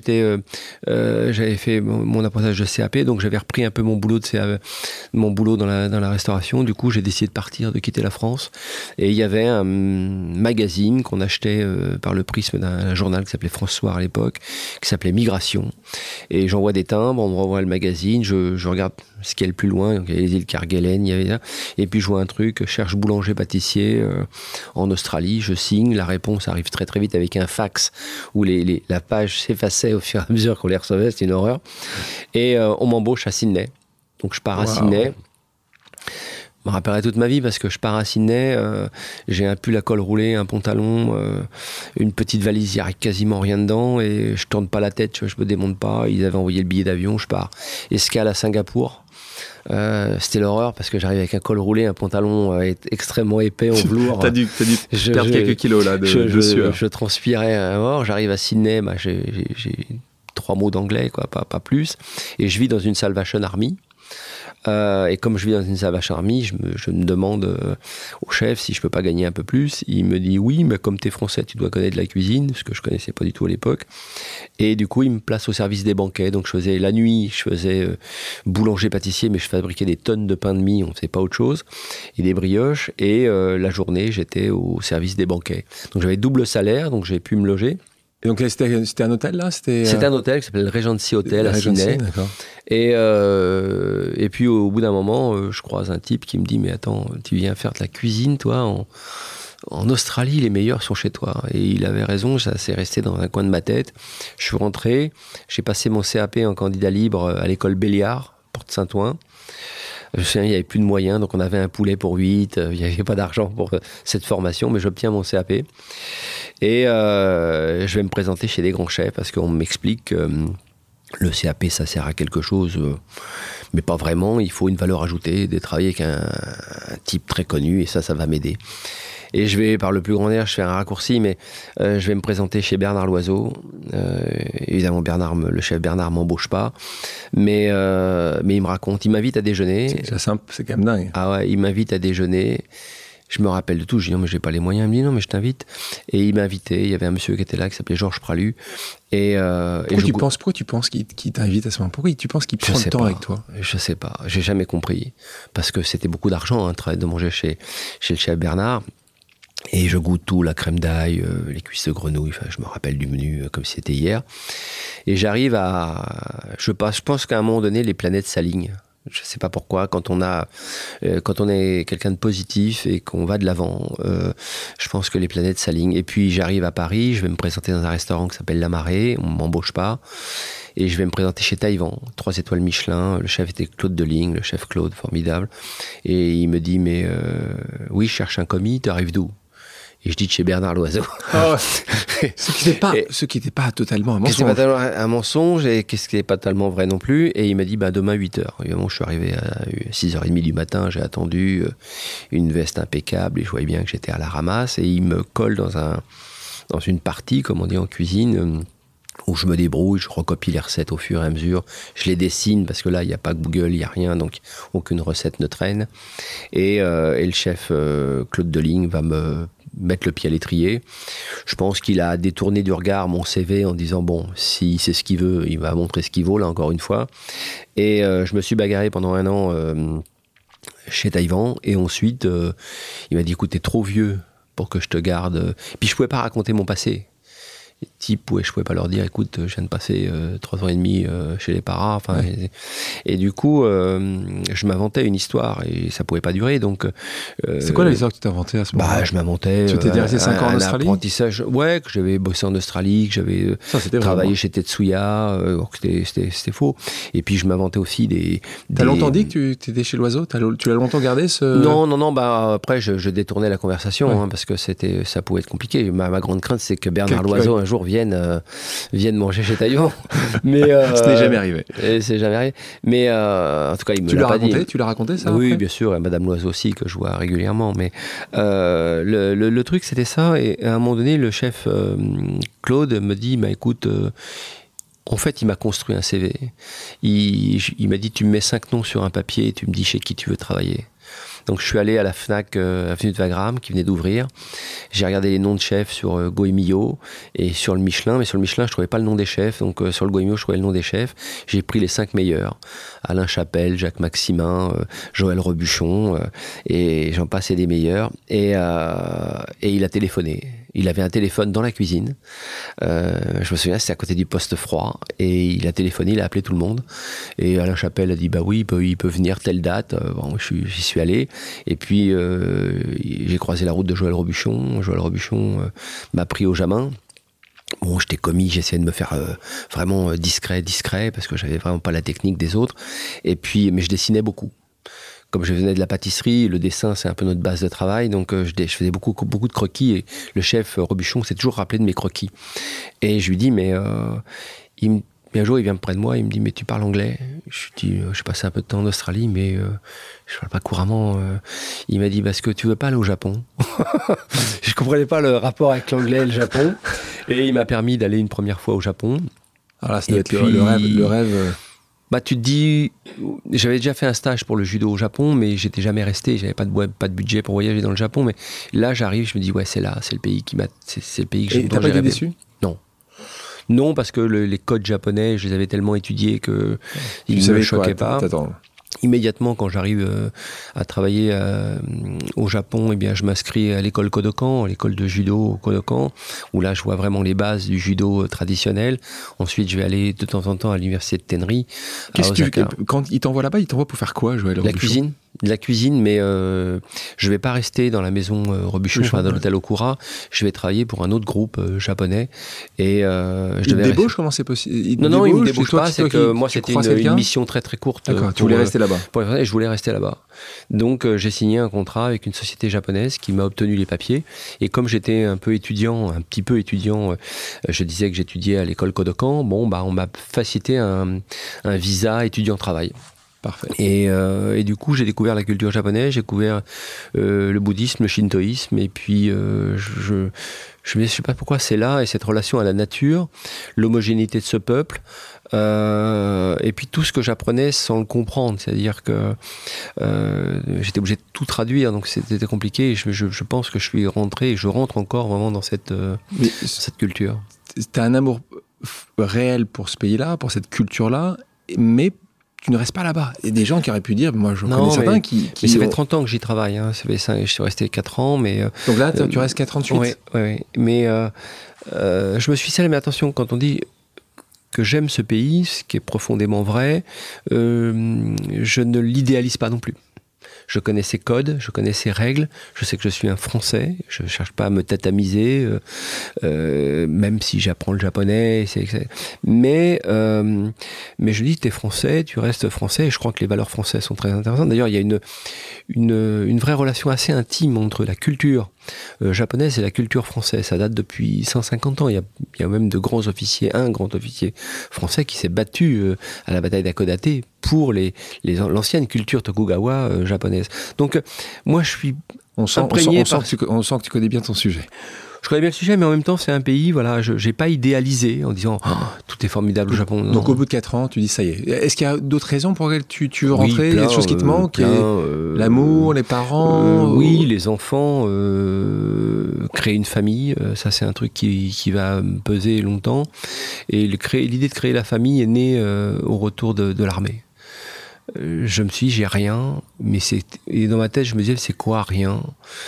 fait mon apprentissage de CAP, donc j'avais repris un peu mon boulot dans la restauration. Du coup, j'ai décidé de quitter la France. Et il y avait un magazine qu'on achetait par le prisme d'un journal qui s'appelait François à l'époque, qui s'appelait Migration. Et j'envoie des timbres, on me renvoie le magazine, je regarde ce qu'il y a le plus loin. Donc il y avait les îles Kerguelen, il y avait ça. Et puis je vois un truc, cherche boulanger pâtissier en Australie, je signe, la réponse arrive très très vite avec un fax où la page s'effaçait au fur et à mesure qu'on les recevait, c'était une horreur. Et on m'embauche à Sydney. Donc je pars à Sydney. Je me rappellerai toute ma vie parce que je pars à Sydney, j'ai un pull à col roulé, un pantalon, une petite valise, il n'y a quasiment rien dedans et je tourne pas la tête, je me démonte pas. Ils avaient envoyé le billet d'avion, je pars. Escale à Singapour. C'était l'horreur parce que j'arrive avec un col roulé, un pantalon extrêmement épais en velours. T'as dû perdre quelques kilos là de sueur. Je transpirais à mort. J'arrive à Sydney, j'ai 3 mots d'anglais, quoi, pas plus. Et je vis dans une Salvation Army. Et comme je vis dans une Salvation Army, je me demande au chef si je peux pas gagner un peu plus. Il me dit oui, mais comme t'es français, tu dois connaître la cuisine, ce que je connaissais pas du tout à l'époque. Et du coup, il me place au service des banquets. Donc je faisais la nuit, je faisais boulanger-pâtissier, mais je fabriquais des tonnes de pain de mie, on faisait pas autre chose, et des brioches. Et la journée, j'étais au service des banquets. Donc j'avais double salaire, donc j'ai pu me loger. Et donc c'était un hôtel là? C'était un hôtel qui s'appelle le Regency Hotel à Sydney. Et puis au bout d'un moment, je croise un type qui me dit mais attends, tu viens faire de la cuisine toi en Australie, les meilleurs sont chez toi. Et il avait raison, ça s'est resté dans un coin de ma tête. Je suis rentré, j'ai passé mon CAP en candidat libre à l'école Béliard, Porte Saint-Ouen. Je me souviens, il n'y avait plus de moyens, donc on avait un poulet pour 8, il n'y avait pas d'argent pour cette formation, mais j'obtiens mon CAP. Et je vais me présenter chez des grands chefs parce qu'on m'explique que le CAP, ça sert à quelque chose, mais pas vraiment. Il faut une valeur ajoutée, de travailler avec un type très connu, et ça va m'aider. Et je vais, par le plus grand air, je fais un raccourci, mais je vais me présenter chez Bernard Loiseau. Évidemment, le chef Bernard m'embauche pas, mais il me raconte, il m'invite à déjeuner. C'est déjà simple, c'est quand même dingue. Ah ouais, il m'invite à déjeuner. Je me rappelle de tout, je dis non mais j'ai pas les moyens, il me dit non mais je t'invite. Et il m'a invité, il y avait un monsieur qui était là qui s'appelait Georges Pralu. Pourquoi tu penses qu'il t'invite à ce moment? Pourquoi tu penses qu'il prend le temps avec toi? Je sais pas, j'ai jamais compris. Parce que c'était beaucoup d'argent de manger chez le chef Bernard. Et je goûte tout, la crème d'ail, les cuisses de grenouille, enfin, je me rappelle du menu comme si c'était hier. Et j'arrive je pense qu'à un moment donné, les planètes s'alignent. Je ne sais pas pourquoi, quand on est quelqu'un de positif et qu'on va de l'avant, je pense que les planètes s'alignent. Et puis j'arrive à Paris, je vais me présenter dans un restaurant qui s'appelle La Marée, on ne m'embauche pas. Et je vais me présenter chez Taïwan, 3 étoiles Michelin. Le chef était Claude Deligne, le chef Claude, formidable. Et il me dit, mais oui, je cherche un commis, tu arrives d'où? Et je dis de chez Bernard Loiseau. Oh. Ce qui n'était pas totalement un mensonge. Ce qui n'était pas un mensonge et ce qui n'est pas totalement vrai non plus. Et il m'a dit, demain 8h. Évidemment, je suis arrivé à 6h30 du matin, j'ai attendu une veste impeccable et je voyais bien que j'étais à la ramasse. Et il me colle dans une partie, comme on dit en cuisine, où je me débrouille, je recopie les recettes au fur et à mesure, je les dessine parce que là il n'y a pas Google, il n'y a rien, donc aucune recette ne traîne. Et le chef Claude Deligne va me mettre le pied à l'étrier. Je pense qu'il a détourné du regard mon CV en disant bon, si c'est ce qu'il veut, il va montrer ce qu'il vaut, là encore une fois. Et je me suis bagarré pendant 1 an chez Taïwan, et ensuite il m'a dit écoute, t'es trop vieux pour que je te garde. Puis je pouvais pas raconter mon passé. Type, je pouvais pas leur dire écoute, je viens de passer 3 ans et demi chez les paras, enfin, ouais. Et du coup je m'inventais une histoire et ça pouvait pas durer, donc c'est quoi l'histoire que tu t'es inventée à ce moment-là? Je m'inventais tu t'es resté 5 ans en Australie, apprentissage, que j'avais bossé en Australie, que j'avais travaillé chez Tetsuya, c'était faux. Et puis je m'inventais aussi T'as longtemps dit que tu étais chez Loiseau? Tu l'as longtemps gardé ce... Non, après je détournais la conversation, ouais. Parce que ça pouvait être compliqué. Ma grande crainte, c'est que Bernard Loiseau un jour viennent manger chez Taïwan. Mais ce n'est jamais arrivé. C'est jamais arrivé. Mais en tout cas, il me l'a pas dit. Tu l'as raconté ça? Oui, après bien sûr, et Madame Loiseau aussi que je vois régulièrement. Mais le truc c'était ça. Et à un moment donné, le chef Claude me dit, écoute. En fait, il m'a construit un CV. Il m'a dit, tu me mets 5 noms sur un papier et tu me dis chez qui tu veux travailler. Donc je suis allé à la Fnac avenue de Wagram qui venait d'ouvrir. J'ai regardé les noms de chefs sur Goemio et sur le Michelin, mais sur le Michelin je trouvais pas le nom des chefs, donc sur le Goemio je trouvais le nom des chefs. J'ai pris les 5 meilleurs: Alain Chapelle, Jacques Maximin, Joël Robuchon, et j'en passais des meilleurs. Et il a téléphoné. Il avait un téléphone dans la cuisine. Je me souviens, c'était à côté du poste froid. Et il a téléphoné, il a appelé tout le monde. Et Alain Chapelle a dit, oui, il peut venir telle date. J'y suis allé. Et puis, j'ai croisé la route de Joël Robuchon. Joël Robuchon m'a pris au Jamin. Bon, j'étais commis, j'essayais de me faire vraiment discret, parce que j'avais vraiment pas la technique des autres. Et puis, mais je dessinais beaucoup. comme je venais de la pâtisserie, le dessin, c'est un peu notre base de travail. Donc, je faisais beaucoup de croquis. Et le chef Robuchon s'est toujours rappelé de mes croquis. Et je lui dis, mais un jour, il vient près de moi, il me dit, mais tu parles anglais? Je lui dis, j'ai passé un peu de temps en Australie, mais je parle pas couramment. Il m'a dit, parce que tu veux pas aller au Japon? Je comprenais pas le rapport avec l'anglais et le Japon. Et il m'a permis d'aller une première fois au Japon. Alors là, ça doit être le rêve. Bah, tu te dis, j'avais déjà fait un stage pour le judo au Japon, mais j'étais jamais resté, j'avais pas de budget pour voyager dans le Japon, mais là, j'arrive, je me dis, ouais, c'est le pays c'est le pays que j'ai. Et t'as pas été déçu? Non, parce que les codes japonais, je les avais tellement étudiés que ils ne me choquaient pas. Immédiatement, quand j'arrive à travailler au Japon, eh bien, je m'inscris à l'école Kodokan, à l'école de judo Kodokan, où là, je vois vraiment les bases du judo traditionnel. Ensuite, je vais aller de temps en temps à l'université de Tenri. Quand ils t'envoient là-bas, ils t'envoient pour faire quoi, Joël? De la cuisine, mais je vais pas rester dans la maison Robuchon, dans l'hôtel Okura. Je vais travailler pour un autre groupe japonais. Et ils te débauchent? Comment c'est possible? Non, ils me débauchent pas. C'est que moi, c'était une mission très très courte. D'accord, tu voulais rester là-bas. Et je voulais rester là-bas. Donc, j'ai signé un contrat avec une société japonaise qui m'a obtenu les papiers. Et comme j'étais un petit peu étudiant, je disais que j'étudiais à l'école Kodokan. Bon, on m'a facilité un visa étudiant-travail. Parfait. Et du coup, j'ai découvert la culture japonaise, j'ai découvert le bouddhisme, le shintoïsme, et puis je me sais pas pourquoi c'est là, et cette relation à la nature, l'homogénéité de ce peuple, et puis tout ce que j'apprenais sans le comprendre, c'est-à-dire que j'étais obligé de tout traduire, donc c'était compliqué, et je pense que je suis rentré, et je rentre encore vraiment dans cette culture. T'as un amour réel pour ce pays-là, pour cette culture-là, mais tu ne restes pas là-bas. Il y a des gens qui auraient pu dire, moi je connais certains qui... Mais ça fait 30 ans que j'y travaille, hein. Je suis resté 4 ans, mais... Donc là, tu restes 4 ans de suite? Oui. Mais je me suis serré, mais attention, quand on dit que j'aime ce pays, ce qui est profondément vrai, je ne l'idéalise pas non plus. Je connais ses codes, je connais ses règles, je sais que je suis un Français, je ne cherche pas à me tatamiser, même si j'apprends le japonais, mais je dis, t'es Français, tu restes Français, et je crois que les valeurs françaises sont très intéressantes. D'ailleurs, il y a une vraie relation assez intime entre la culture japonaise et la culture française. Ça date depuis 150 ans. Il y a même un grand officier français qui s'est battu à la bataille d'Hakodate pour l'ancienne culture Tokugawa japonaise. Donc, moi, je suis imprégné on sent que tu connais bien ton sujet. Je connais bien le sujet, mais en même temps, c'est un pays, voilà, je n'ai pas idéalisé en disant tout est formidable au Japon. Non. Donc, au bout de 4 ans, tu dis ça y est. Est-ce qu'il y a d'autres raisons pour lesquelles tu veux rentrer? Il y a des choses qui te manquent? L'amour, les parents? Oui, les enfants, créer une famille, ça c'est un truc qui va me peser longtemps. Et l'idée de créer la famille est née au retour de l'armée. Je me suis dit, j'ai rien, et dans ma tête, je me disais, c'est quoi rien?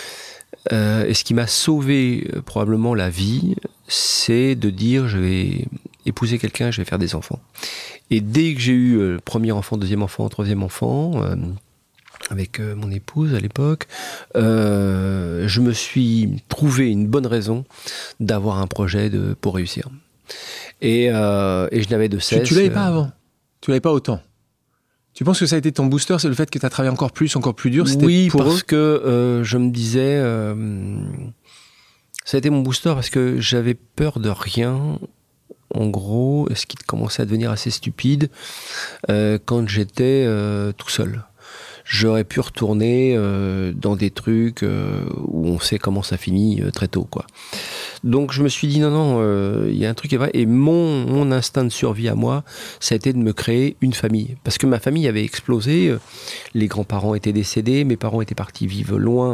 Et ce qui m'a sauvé probablement la vie, c'est de dire, je vais épouser quelqu'un, je vais faire des enfants. Et dès que j'ai eu premier enfant, deuxième enfant, troisième enfant, avec mon épouse à l'époque, je me suis trouvé une bonne raison d'avoir un projet pour réussir. Et je n'avais de cesse... Tu l'avais pas avant? Tu l'avais pas autant? Tu penses que ça a été ton booster, c'est le fait que tu as travaillé encore plus dur? Oui, parce que je me disais... ça a été mon booster parce que j'avais peur de rien. En gros, ce qui commençait à devenir assez stupide quand j'étais tout seul. J'aurais pu retourner dans des trucs où on sait comment ça finit très tôt, quoi. Donc je me suis dit non, il y a un truc qui est vrai. Et mon instinct de survie à moi, ça a été de me créer une famille. Parce que ma famille avait explosé, les grands-parents étaient décédés, mes parents étaient partis vivre loin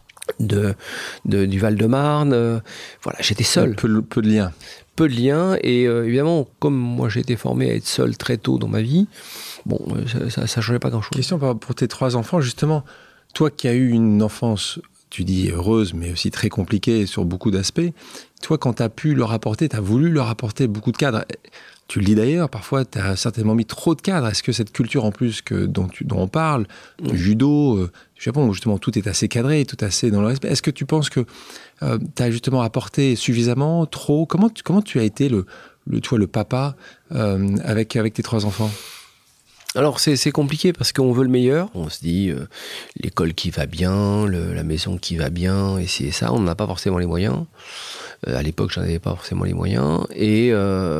du Val-de-Marne. Voilà, j'étais seul. Peu de liens. Peu de liens. Et évidemment, comme moi j'ai été formé à être seul très tôt dans ma vie, bon, ça ne changeait pas grand-chose. Question pour tes 3 enfants, justement. Toi qui as eu une enfance, tu dis heureuse, mais aussi très compliquée sur beaucoup d'aspects. Toi, quand tu as pu leur apporter, tu as voulu leur apporter beaucoup de cadres. Tu le dis d'ailleurs, parfois, tu as certainement mis trop de cadres. Est-ce que cette culture, en plus, dont on parle, du judo, du Japon, où justement tout est assez cadré, tout assez dans le respect, est-ce que tu penses que tu as justement apporté suffisamment, trop? Comment tu as été le papa avec tes 3 enfants? Alors c'est compliqué parce qu'on veut le meilleur. On se dit l'école qui va bien, la maison qui va bien, et c'est ça. On n'a pas forcément les moyens. À l'époque, j'en avais pas forcément les moyens. Et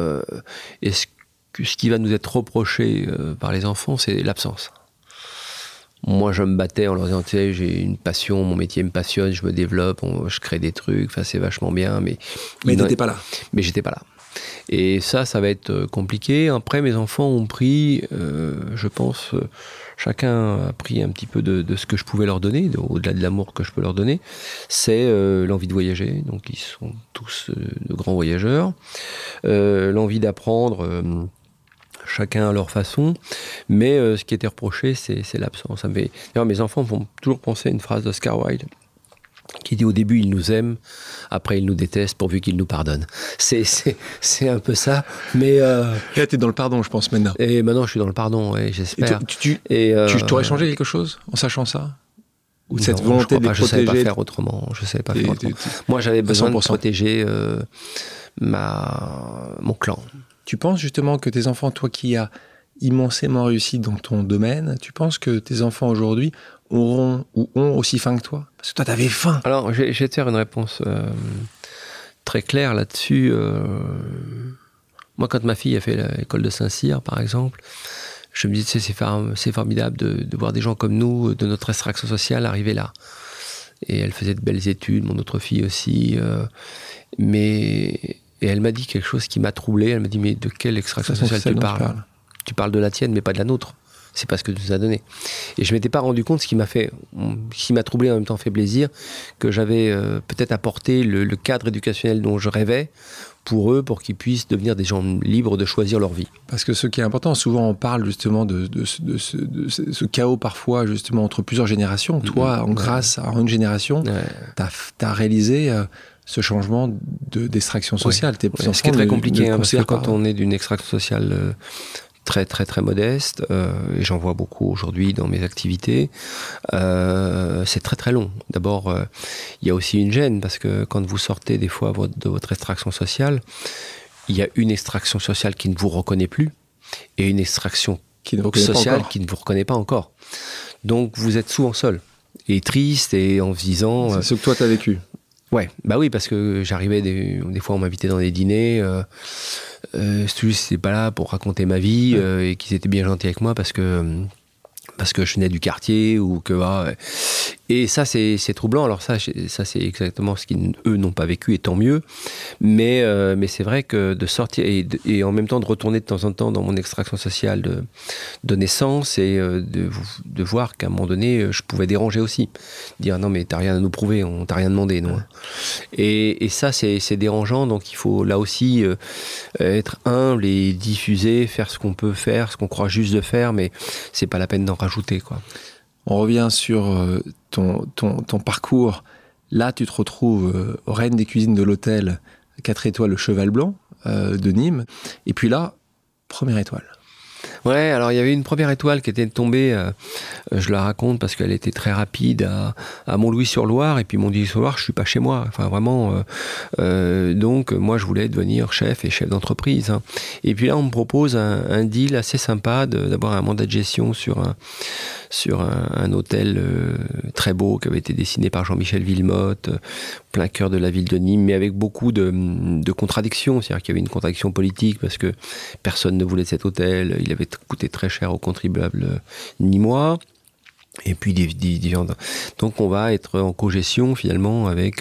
ce qui va nous être reproché par les enfants, c'est l'absence. Moi, je me battais en leur disant, tu sais, j'ai une passion, mon métier me passionne, je me développe, je crée des trucs, enfin, c'est vachement bien. Mais t'étais pas là. Mais j'étais pas là. Et ça va être compliqué. Après, mes enfants ont pris, je pense, chacun a pris un petit peu de ce que je pouvais leur donner, au-delà de l'amour que je peux leur donner. C'est l'envie de voyager. Donc, ils sont tous de grands voyageurs. L'envie d'apprendre, chacun à leur façon. Mais ce qui était reproché, c'est l'absence. D'ailleurs, mes enfants vont toujours penser à une phrase d'Oscar Wilde qui dit au début il nous aime, après il nous déteste pourvu qu'il nous pardonne. C'est un peu ça, mais là t'es dans le pardon, je pense, maintenant. Et maintenant je suis dans le pardon, ouais, j'espère. Tu t'aurais changé quelque chose en sachant ça, ou cette volonté de les protéger? Je savais pas faire autrement. Moi j'avais besoin de protéger mon clan. Tu penses justement que tes enfants, toi qui as immensément réussi dans ton domaine, tu penses que tes enfants aujourd'hui auront ou ont aussi faim que toi? Parce que toi, t'avais faim. Alors, je vais te faire une réponse très claire là-dessus. Moi, quand ma fille a fait l'école de Saint-Cyr, par exemple, je me dis, tu sais, c'est formidable de voir des gens comme nous, de notre extraction sociale, arriver là. Et elle faisait de belles études, mon autre fille aussi. Et elle m'a dit quelque chose qui m'a troublé. Elle m'a dit, mais de quelle extraction sociale tu parles? Tu parles de la tienne, mais pas de la nôtre. C'est pas ce que tu nous as donné. Et je m'étais pas rendu compte, ce qui m'a troublé en même temps fait plaisir, que j'avais peut-être apporté le cadre éducationnel dont je rêvais pour eux, pour qu'ils puissent devenir des gens libres de choisir leur vie. Parce que ce qui est important, souvent on parle justement de ce chaos parfois justement entre plusieurs générations. Toi, grâce à une génération, t'as réalisé ce changement d'extraction sociale. Ce qui est très compliqué, parce que quand on est d'une extraction sociale très très très modeste, et j'en vois beaucoup aujourd'hui dans mes activités, c'est très très long. D'abord, il y a aussi une gêne, parce que quand vous sortez des fois de votre extraction sociale, il y a une extraction sociale qui ne vous reconnaît plus, et une extraction sociale qui ne vous reconnaît pas encore. Donc vous êtes souvent seul, et triste, et en se disant... C'est ce que toi t'as vécu. Ouais, bah oui, parce que j'arrivais, des fois on m'invitait dans des dîners, c'est pas là pour raconter ma vie, et qu'ils étaient bien gentils avec moi parce que je venais du quartier, ou que et ça c'est troublant. Alors ça c'est exactement ce qu'eux n'ont pas vécu, et tant mieux, mais c'est vrai que de sortir et en même temps de retourner de temps en temps dans mon extraction sociale de naissance, et de voir qu'à un moment donné je pouvais déranger aussi, dire non mais t'as rien à nous prouver, on t'a rien demandé, non. Et ça c'est dérangeant, donc il faut là aussi être humble et diffuser, faire ce qu'on peut faire, ce qu'on croit juste de faire, mais c'est pas la peine d'en rajouter, quoi. On revient sur ton parcours. Là, tu te retrouves reine des cuisines de l'hôtel 4 étoiles Le Cheval Blanc de Nîmes. Et puis là, première étoile. Ouais, alors il y avait une première étoile qui était tombée, je la raconte parce qu'elle était très rapide, à Montlouis-sur-Loire, et puis Montlouis-sur-Loire, je suis pas chez moi, enfin vraiment, donc moi je voulais devenir chef d'entreprise, hein. Et puis là on me propose un deal assez sympa d'avoir un mandat de gestion sur un hôtel très beau qui avait été dessiné par Jean-Michel Villemotte, plein cœur de la ville de Nîmes, mais avec beaucoup de contradictions. C'est-à-dire qu'il y avait une contradiction politique parce que personne ne voulait de cet hôtel, il avait coûté très cher aux contribuables nîmois. Et puis donc on va être en cogestion finalement avec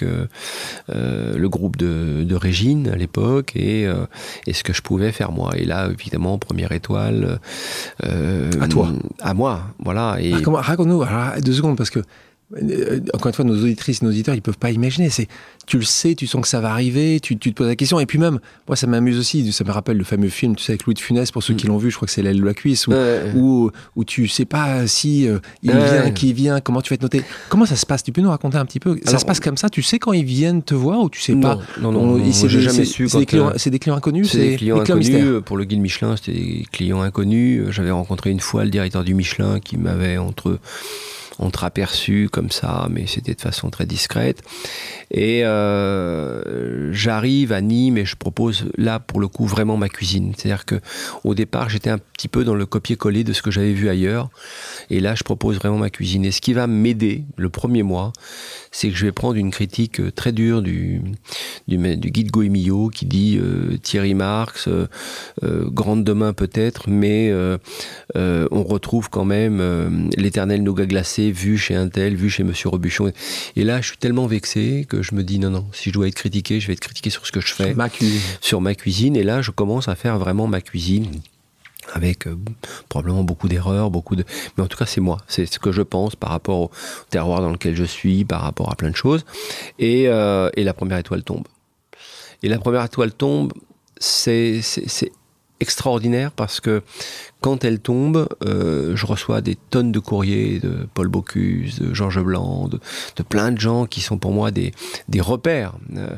le groupe de Régine à l'époque, et ce que je pouvais faire moi. Et là évidemment première étoile à toi, à moi, voilà. Et raconte-nous 2 secondes, parce que encore une fois, nos auditrices et nos auditeurs, ils peuvent pas imaginer. Tu le sais, tu sens que ça va arriver, tu te poses la question. Et puis même, moi, ça m'amuse aussi. Ça me rappelle le fameux film, tu sais, avec Louis de Funès, pour ceux qui l'ont vu, je crois que c'est L'aile de la cuisse, où tu sais pas si qui vient, comment tu vas être noté. Comment ça se passe? Tu peux nous raconter un petit peu? Ça se passe comme ça? Tu sais quand ils viennent te voir, ou tu sais pas? Non, j'ai jamais su. C'est des clients inconnus? C'est des clients inconnus. Pour le guide Michelin, c'était des clients inconnus. J'avais rencontré une fois le directeur du Michelin qui m'avait entreaperçu comme ça, mais c'était de façon très discrète. Et j'arrive à Nîmes et je propose là pour le coup vraiment ma cuisine. C'est-à-dire que au départ j'étais un petit peu dans le copier-coller de ce que j'avais vu ailleurs, et là je propose vraiment ma cuisine. Et ce qui va m'aider le premier mois, c'est que je vais prendre une critique très dure du guide Goemio qui dit Thierry Marx, grande demain peut-être, mais on retrouve quand même l'éternel nougat glacé vu chez un tel, vu chez Monsieur Robuchon. Et là je suis tellement vexé que je me dis non, si je dois être critiqué, je vais être critiqué sur ce que je fais. Sur ma cuisine. Et là je commence à faire vraiment ma cuisine, avec probablement beaucoup d'erreurs, mais en tout cas c'est moi, c'est ce que je pense par rapport au terroir dans lequel je suis, par rapport à plein de choses. Et la première étoile tombe. Et la première étoile tombe, c'est extraordinaire parce que quand elle tombe, je reçois des tonnes de courriers de Paul Bocuse, de Georges Blanc, de plein de gens qui sont pour moi des repères.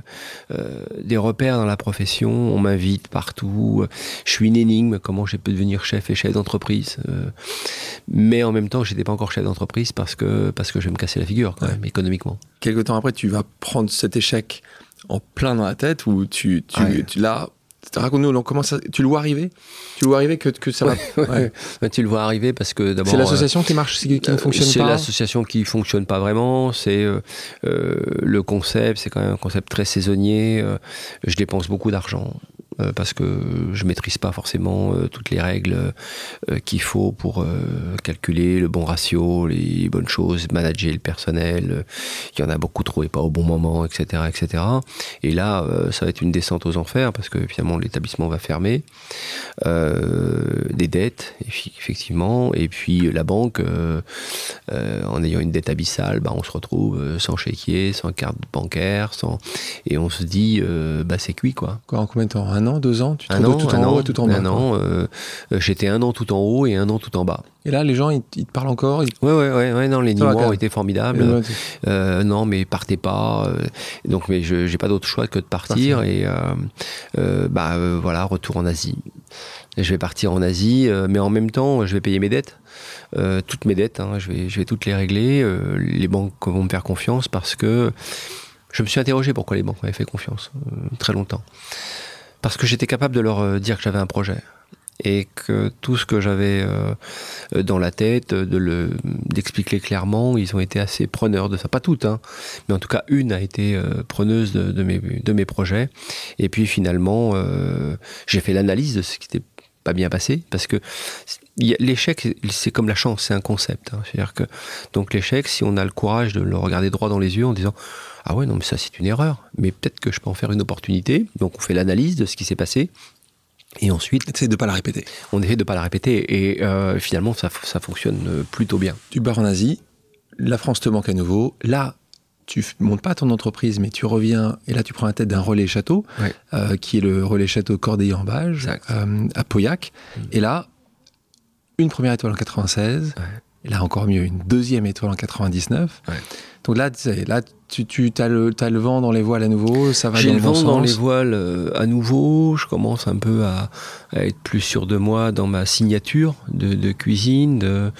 Des repères dans la profession. On m'invite partout. Je suis une énigme. Comment j'ai pu devenir chef et chef d'entreprise, mais en même temps, je n'étais pas encore chef d'entreprise parce que je vais me casser la figure quand même, économiquement. Quelque temps après, tu vas prendre cet échec en plein dans la tête où tu l'as. Raconte-nous, comment ça, tu le vois arriver ? Tu le vois arriver que ça va... Ouais. Tu le vois arriver parce que d'abord... C'est l'association qui ne fonctionne pas ? C'est l'association qui ne fonctionne pas vraiment. C'est le concept, c'est quand même un concept très saisonnier. Je dépense beaucoup d'argent parce que je ne maîtrise pas forcément toutes les règles qu'il faut pour calculer le bon ratio, les bonnes choses, manager le personnel. Il y en a beaucoup trop et pas au bon moment, etc. etc. Et là, ça va être une descente aux enfers parce que finalement l'établissement va fermer. Des dettes, effectivement. Et puis la banque, en ayant une dette abyssale, on se retrouve sans chéquier, sans carte bancaire, et on se dit, c'est cuit, quoi. En combien de temps ? 1 an, 2 ans ? Tu te retrouves tout en haut et tout en bas ? 1 an. J'étais 1 an tout en haut et 1 an tout en bas. Et là, les gens, ils te parlent encore ? Ouais, non, les Nîmois ont été formidables. Non, mais partez pas. Donc, mais j'ai pas d'autre choix que de partir. Et voilà, retour en Asie. Je vais partir en Asie, mais en même temps, je vais payer mes dettes. Toutes mes dettes, je vais toutes les régler. Les banques vont me faire confiance parce que je me suis interrogé pourquoi les banques m'avaient fait confiance très longtemps. Parce que j'étais capable de leur dire que j'avais un projet. Et que tout ce que j'avais dans la tête, d'expliquer clairement, ils ont été assez preneurs de ça. Pas toutes, mais en tout cas une a été preneuse de mes projets. Et puis finalement, j'ai fait l'analyse de ce qui n'était pas bien passé, parce que l'échec, c'est comme la chance, c'est un concept. C'est-à-dire que, donc l'échec, si on a le courage de le regarder droit dans les yeux en disant « Ah ouais, non, mais ça c'est une erreur, mais peut-être que je peux en faire une opportunité », donc on fait l'analyse de ce qui s'est passé. Et ensuite, on essaie de ne pas la répéter. On essaie de ne pas la répéter. Et finalement, ça fonctionne plutôt bien. Tu pars en Asie, la France te manque à nouveau. Là, tu ne montes pas ton entreprise, mais tu reviens, et là, tu prends la tête d'un relais château, qui est le relais château Cordeilles-en-Bage, à Pauillac. Et là, une première étoile en 96, et là, encore mieux, une deuxième étoile en 99. Donc là, tu as le vent dans les voiles à nouveau, ça va dans le bon sens. J'ai le vent dans les voiles à nouveau, je commence un peu à être plus sûr de moi dans ma signature de cuisine.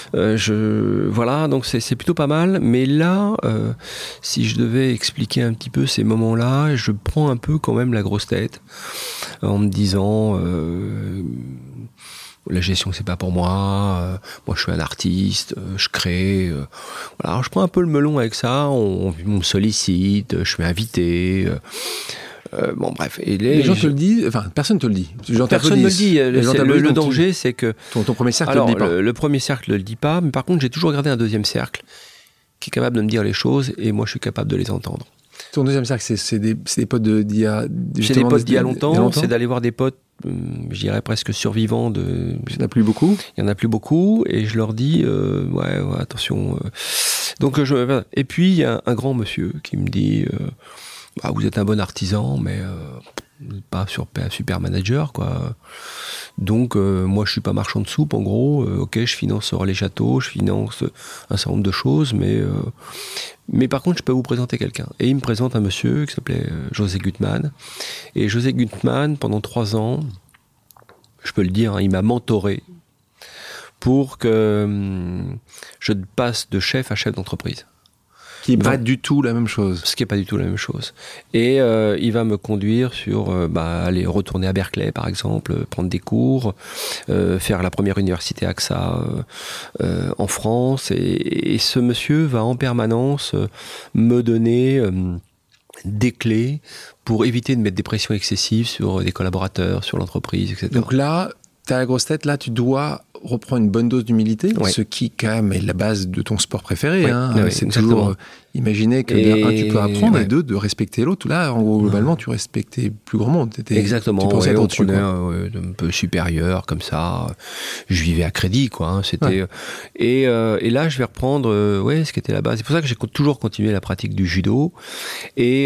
Voilà, donc c'est plutôt pas mal. Mais là, si je devais expliquer un petit peu ces moments-là, je prends un peu quand même la grosse tête en me disant... la gestion, c'est pas pour moi. Moi, je suis un artiste, je crée. Voilà. Alors, je prends un peu le melon avec ça. On me sollicite, je suis invité. Bon, bref. Et les gens te le disent. Enfin, personne te le dit. Personne ne me le dit. Le danger, c'est que ton premier cercle ne le dit pas. Le premier cercle ne le dit pas, mais par contre, j'ai toujours gardé un deuxième cercle qui est capable de me dire les choses, et moi, je suis capable de les entendre. Ton deuxième cercle, c'est des potes d'il y a... C'est des potes d'il y a longtemps. C'est d'aller voir des potes, je dirais presque survivants. Il n'y en a plus beaucoup. Il n'y en a plus beaucoup, et je leur dis, attention. Donc, et puis, il y a un grand monsieur qui me dit, vous êtes un bon artisan, mais pas super manager, quoi. Donc, moi, je suis pas marchand de soupe, en gros. Ok, je finance les châteaux, je finance un certain nombre de choses, mais par contre, je peux vous présenter quelqu'un. Et il me présente un monsieur qui s'appelait José Gutmann. Et José Gutmann, pendant 3 ans, je peux le dire, il m'a mentoré pour que je passe de chef à chef d'entreprise. Qui n'est pas du tout la même chose. Ce qui n'est pas du tout la même chose. Et il va me conduire sur aller retourner à Berkeley, par exemple, prendre des cours, faire la première université AXA en France. Et ce monsieur va en permanence me donner des clés pour éviter de mettre des pressions excessives sur des collaborateurs, sur l'entreprise, etc. Donc là, tu as la grosse tête, là, tu dois reprendre une bonne dose d'humilité, ce qui, quand même, est la base de ton sport préféré. C'est toujours imaginer que, tu peux apprendre, et deux, de respecter l'autre. Là, en gros, globalement, tu respectais plus grand monde. Exactement. Tu pensais on prenait un peu supérieur, comme ça. Je vivais à crédit, quoi. C'était, et là, je vais reprendre ce qui était la base. C'est pour ça que j'ai toujours continué la pratique du judo. Et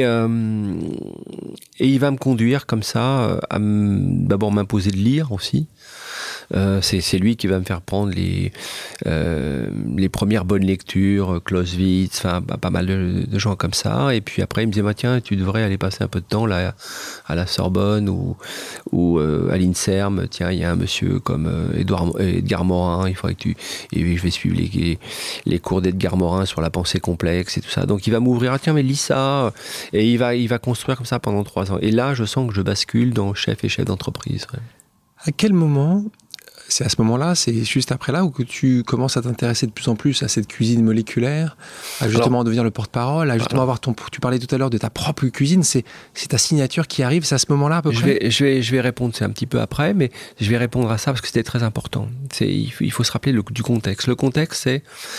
il va me conduire comme ça, à d'abord m'imposer de lire aussi. C'est lui qui va me faire prendre les premières bonnes lectures, Clausewitz, pas mal de gens comme ça. Et puis après, il me disait, tiens, tu devrais aller passer un peu de temps là, à la Sorbonne ou à l'INSERM. Tiens, il y a un monsieur comme Edgar Morin, il faudrait que et je vais suivre les cours d'Edgar Morin sur la pensée complexe et tout ça. Donc il va m'ouvrir, tiens, mais lis ça. Et il va construire comme ça pendant 3 ans. Et là, je sens que je bascule dans chef et chef d'entreprise. Ouais. À quel moment, c'est à ce moment-là, c'est juste après là, où que tu commences à t'intéresser de plus en plus à cette cuisine moléculaire, à justement devenir le porte-parole, à justement avoir tu parlais tout à l'heure de ta propre cuisine, c'est ta signature qui arrive, c'est à ce moment-là à peu près? Je vais répondre, c'est un petit peu après, mais je vais répondre à ça parce que c'était très important. Il faut se rappeler du contexte. Le contexte, c'est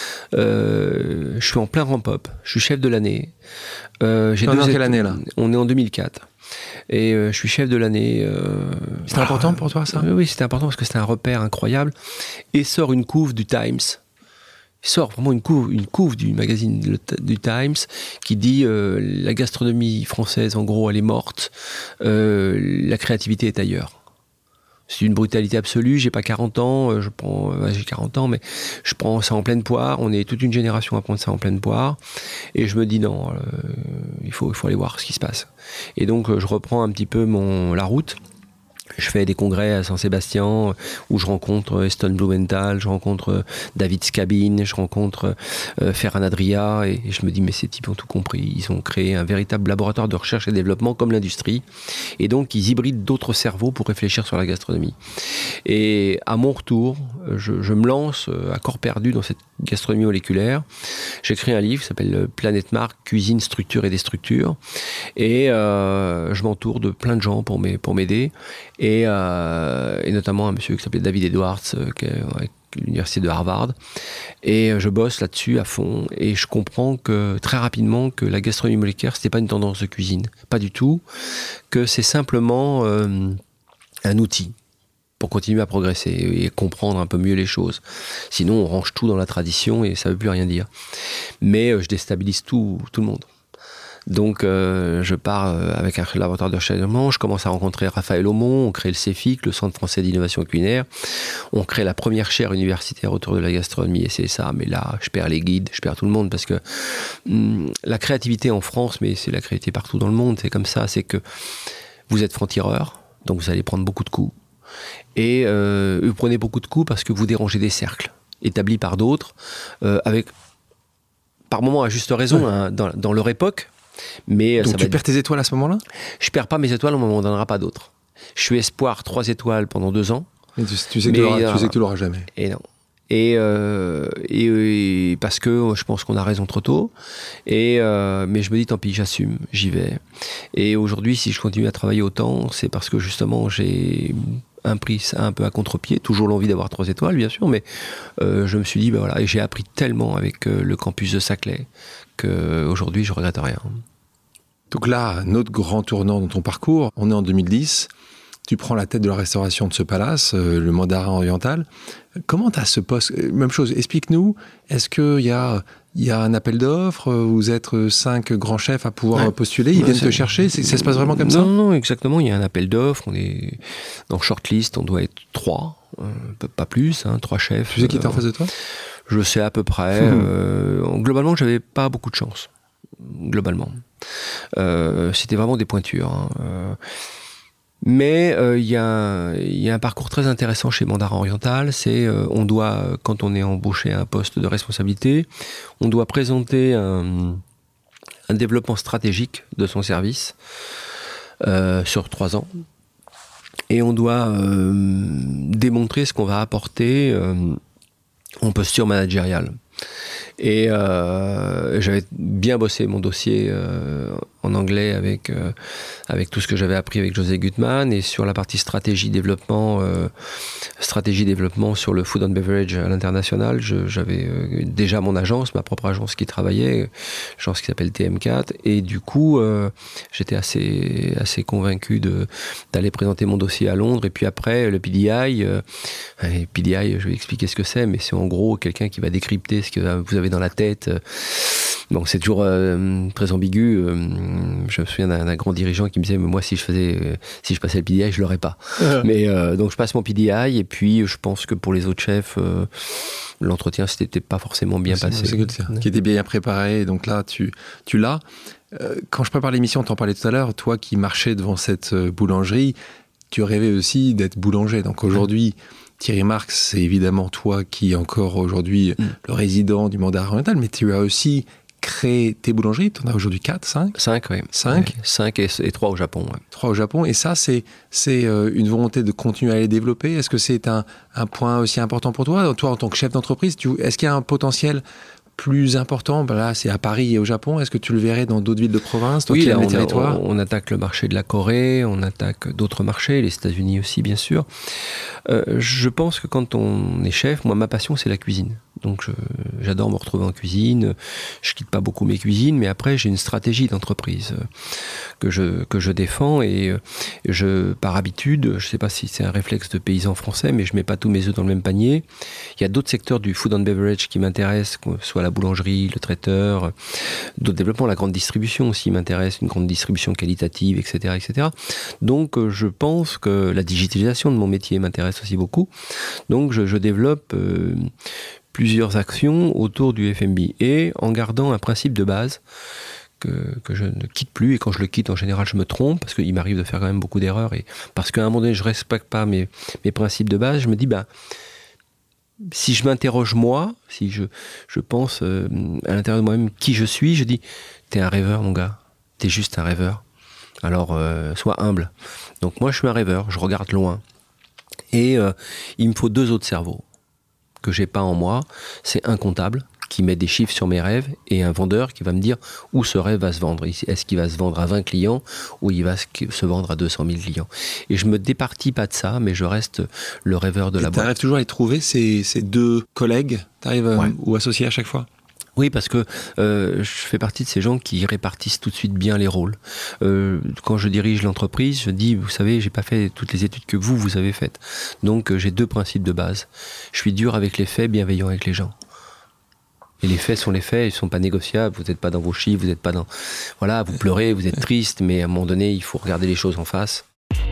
je suis en plein ramp-up, je suis chef de l'année. Quelle année là? On est en 2004. Et je suis chef de l'année. C'était important pour toi, ça? Oui, c'était important parce que c'était un repère incroyable. Et sort une couve du Times. Il sort vraiment une couve du magazine du Times qui dit la gastronomie française, en gros, elle est morte. La créativité est ailleurs. C'est une brutalité absolue. J'ai pas 40 ans. J'ai 40 ans, mais je prends ça en pleine poire. On est toute une génération à prendre ça en pleine poire. Et je me dis non, il faut aller voir ce qui se passe. Et donc, je reprends un petit peu la route. Je fais des congrès à Saint-Sébastien où je rencontre Eston Blumenthal, je rencontre David Scabin, je rencontre Ferran Adria et je me dis mais ces types ont tout compris. Ils ont créé un véritable laboratoire de recherche et développement comme l'industrie et donc ils hybrident d'autres cerveaux pour réfléchir sur la gastronomie. Et à mon retour, je me lance à corps perdu dans cette gastronomie moléculaire. J'écris un livre qui s'appelle Planète Marque, cuisine, structure et déstructure et je m'entoure de plein de gens pour m'aider. Et notamment un monsieur qui s'appelait David Edwards, qui est avec l'université de Harvard. Et je bosse là-dessus à fond. Et je comprends très rapidement que la gastronomie moléculaire, c'était pas une tendance de cuisine. Pas du tout. Que c'est simplement un outil pour continuer à progresser et comprendre un peu mieux les choses. Sinon, on range tout dans la tradition et ça veut plus rien dire. Mais je déstabilise tout le monde. Donc je pars avec un laboratoire de recherche, je commence à rencontrer Raphaël Aumont, on crée le CEFIC, le Centre français d'innovation culinaire, on crée la première chaire universitaire autour de la gastronomie et c'est ça, mais là je perds les guides, je perds tout le monde parce que la créativité en France, mais c'est la créativité partout dans le monde, c'est comme ça, c'est que vous êtes franc-tireur, donc vous allez prendre beaucoup de coups et vous prenez beaucoup de coups parce que vous dérangez des cercles établis par d'autres, avec par moments à juste raison hein, dans leur époque. Mais donc tu perds tes étoiles à ce moment-là? Je perds pas mes étoiles, on m'en donnera pas d'autres. Je suis espoir 3 étoiles pendant 2 ans. Mais tu sais que tu l'auras jamais. Et non. Et parce que je pense qu'on a raison trop tôt. Mais je me dis tant pis, j'assume, j'y vais. Et aujourd'hui, si je continue à travailler autant, c'est parce que justement j'ai pris ça un peu à contre-pied, toujours l'envie d'avoir 3 étoiles bien sûr, mais je me suis dit voilà, et j'ai appris tellement avec le campus de Saclay qu'aujourd'hui je regrette rien. Donc là, notre grand tournant dans ton parcours, on est en 2010, tu prends la tête de la restauration de ce palace, le Mandarin oriental. Comment tu as ce poste? Même chose, explique-nous, est-ce qu'il y a un appel d'offres? Vous êtes 5 grands chefs à pouvoir postuler, ils viennent te chercher? Ça se passe vraiment comme ça? Non, exactement, il y a un appel d'offres, on est dans shortlist, on doit être 3, pas plus, 3 chefs. Tu sais qui est en face de toi? Je sais à peu près. Globalement, j'avais pas beaucoup de chance. Globalement. C'était vraiment des pointures. Mais il y a un parcours très intéressant chez Mandarin Oriental. C'est on doit, quand on est embauché à un poste de responsabilité, on doit présenter un développement stratégique de son service sur 3 ans. Et on doit démontrer ce qu'on va apporter en posture managériale. Et j'avais bien bossé mon dossier en anglais avec tout ce que j'avais appris avec José Gutmann, et sur la partie stratégie développement sur le food and beverage à l'international, j'avais déjà mon agence, ma propre agence qui travaillait, agence qui s'appelle TM4, et du coup j'étais assez convaincu d'aller présenter mon dossier à Londres. Et puis après le PDI, je vais expliquer ce que c'est, mais c'est en gros quelqu'un qui va décrypter ce que vous avez dans la tête. Bon, c'est toujours très ambigu. Je me souviens d'un grand dirigeant qui me disait, mais moi, si je passais le PDI, je l'aurais pas. Mais donc, je passe mon PDI, et puis je pense que pour les autres chefs, l'entretien, c'était pas forcément bien passé. Qui était bien préparé. Donc là, tu l'as. Quand je prépare l'émission, t'en parlais tout à l'heure, toi qui marchais devant cette boulangerie, tu rêvais aussi d'être boulanger. Donc aujourd'hui, Thierry Marx, c'est évidemment toi qui es encore aujourd'hui le résident du Mandarin Oriental, mais tu as aussi créé tes boulangeries. Tu en as aujourd'hui 4, 5 5, oui. 5 ouais, 5 et 3 au Japon. Ouais. 3 au Japon. Et ça, c'est une volonté de continuer à les développer. Est-ce que c'est un point aussi important pour toi? Toi, en tant que chef d'entreprise, est-ce qu'il y a un potentiel plus important? Là, c'est à Paris et au Japon. Est-ce que tu le verrais dans d'autres villes de province? Oui, là, on attaque le marché de la Corée, on attaque d'autres marchés, les États-Unis aussi, bien sûr. Je pense que quand on est chef, moi, ma passion, c'est la cuisine. Donc, j'adore me retrouver en cuisine. Je quitte pas beaucoup mes cuisines, mais après, j'ai une stratégie d'entreprise que je défends, et par habitude, je sais pas si c'est un réflexe de paysan français, mais je mets pas tous mes œufs dans le même panier. Il y a d'autres secteurs du food and beverage qui m'intéressent, soit la boulangerie, le traiteur, d'autres développements, la grande distribution aussi m'intéresse, une grande distribution qualitative, etc., etc. Donc, je pense que la digitalisation de mon métier m'intéresse aussi beaucoup. Donc, je développe plusieurs actions autour du F&B, et en gardant un principe de base que je ne quitte plus. Et quand je le quitte, en général, je me trompe, parce qu'il m'arrive de faire quand même beaucoup d'erreurs, et parce qu'à un moment donné, je ne respecte pas mes principes de base. Je me dis, si je m'interroge moi, si je pense à l'intérieur de moi-même qui je suis, je dis, t'es un rêveur, mon gars, t'es juste un rêveur. Alors, sois humble. Donc moi, je suis un rêveur, je regarde loin. Et il me faut 2 autres cerveaux que j'ai pas en moi. C'est un comptable qui met des chiffres sur mes rêves, et un vendeur qui va me dire où ce rêve va se vendre. Est-ce qu'il va se vendre à 20 clients ou il va se vendre à 200 000 clients? Et je me départis pas de ça, mais je reste le rêveur de la boîte. T'arrives toujours à y trouver ces 2 collègues, ou associés à chaque fois? Oui, parce que je fais partie de ces gens qui répartissent tout de suite bien les rôles. Quand je dirige l'entreprise, je dis, vous savez, j'ai pas fait toutes les études que vous avez faites. Donc j'ai 2 principes de base. Je suis dur avec les faits, bienveillant avec les gens. Et les faits sont les faits, ils sont pas négociables. Vous n'êtes pas dans vos chiffres, vous n'êtes pas dans... Voilà, vous pleurez, vous êtes triste, mais à un moment donné, il faut regarder les choses en face.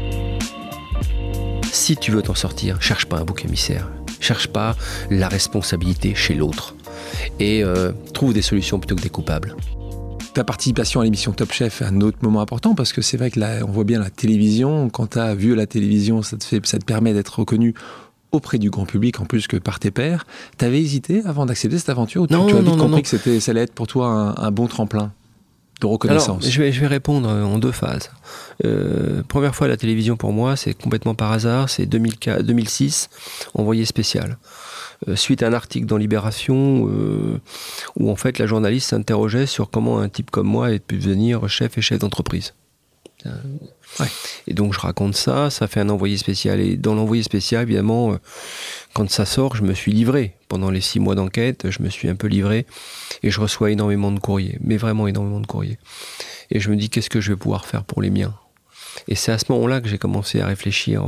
Si tu veux t'en sortir, cherche pas un bouc émissaire. Cherche pas la responsabilité chez l'autre. Et trouve des solutions plutôt que des coupables. Ta participation à l'émission Top Chef est un autre moment important, parce que c'est vrai que là, on voit bien la télévision. Quand tu as vu la télévision, ça te permet d'être reconnu auprès du grand public, en plus que par tes pairs. T'avais hésité avant d'accepter cette aventure, ou tu as vite compris que ça allait être pour toi un bon tremplin de reconnaissance? Alors, je vais répondre en 2 phases. Première fois à la télévision pour moi, c'est complètement par hasard, c'est 2006, Envoyé spécial. Suite à un article dans Libération où en fait la journaliste s'interrogeait sur comment un type comme moi ait pu devenir chef d'entreprise. Ouais. Et donc je raconte ça fait un envoyé spécial, et dans l'envoyé spécial, évidemment, quand ça sort, je me suis livré. Pendant les 6 mois d'enquête, je me suis un peu livré, et je reçois énormément de courriers, mais vraiment énormément de courriers. Et je me dis, qu'est-ce que je vais pouvoir faire pour les miens? Et c'est à ce moment-là que j'ai commencé à réfléchir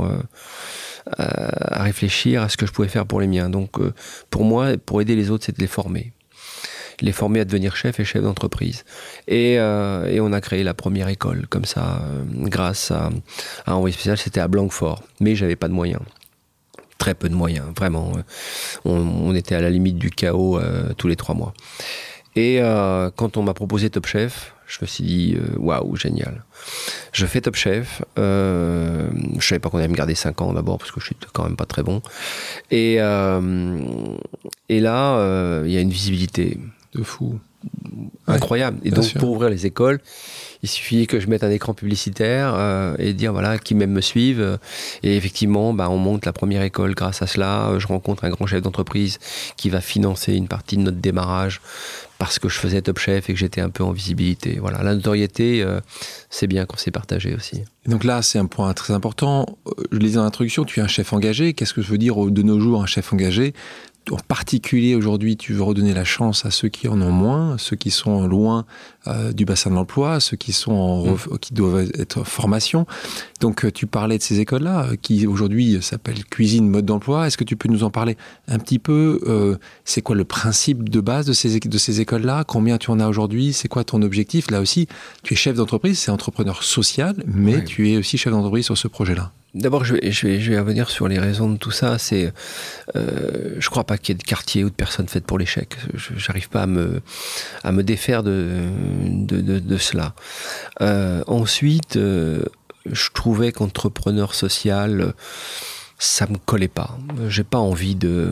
à ce que je pouvais faire pour les miens. Donc pour moi, pour aider les autres, c'est de les former à devenir chef et chef d'entreprise. Et on a créé la première école, comme ça, grâce à Envoyé spécial. C'était à Blanquefort, mais j'avais pas de moyens. Très peu de moyens, vraiment. On était à la limite du chaos tous les 3 mois. Et quand on m'a proposé Top Chef, je me suis dit, waouh, génial. Je fais Top Chef. Je savais pas qu'on allait me garder 5 ans d'abord, parce que je suis quand même pas très bon. Et là, il y a une visibilité de fou. Incroyable. Et donc, pour ouvrir les écoles, il suffit que je mette un écran publicitaire et dire, voilà, qui même me suivent. Et effectivement, on monte la première école grâce à cela. Je rencontre un grand chef d'entreprise qui va financer une partie de notre démarrage parce que je faisais Top Chef et que j'étais un peu en visibilité. Voilà, la notoriété, c'est bien qu'on s'est partagé aussi. Et donc là, c'est un point très important. Je le disais en introduction, tu es un chef engagé. Qu'est-ce que je veux dire de nos jours, un chef engagé ? En particulier, aujourd'hui, tu veux redonner la chance à ceux qui en ont moins, ceux qui sont loin du bassin de l'emploi, ceux qui sont qui doivent être en formation. Donc, tu parlais de ces écoles-là, qui aujourd'hui s'appellent Cuisine Mode d'Emploi. Est-ce que tu peux nous en parler un petit peu ? C'est quoi le principe de base de ces écoles-là ? Combien tu en as aujourd'hui ? C'est quoi ton objectif ? Là aussi, tu es chef d'entreprise, c'est entrepreneur social, mais tu es aussi chef d'entreprise sur ce projet-là. D'abord, je vais revenir sur les raisons de tout ça. Je crois pas qu'il y ait de quartier ou de personnes faites pour l'échec. J'arrive pas à me défaire de cela. Ensuite, je trouvais qu'entrepreneur social, ça me collait pas. J'ai pas envie de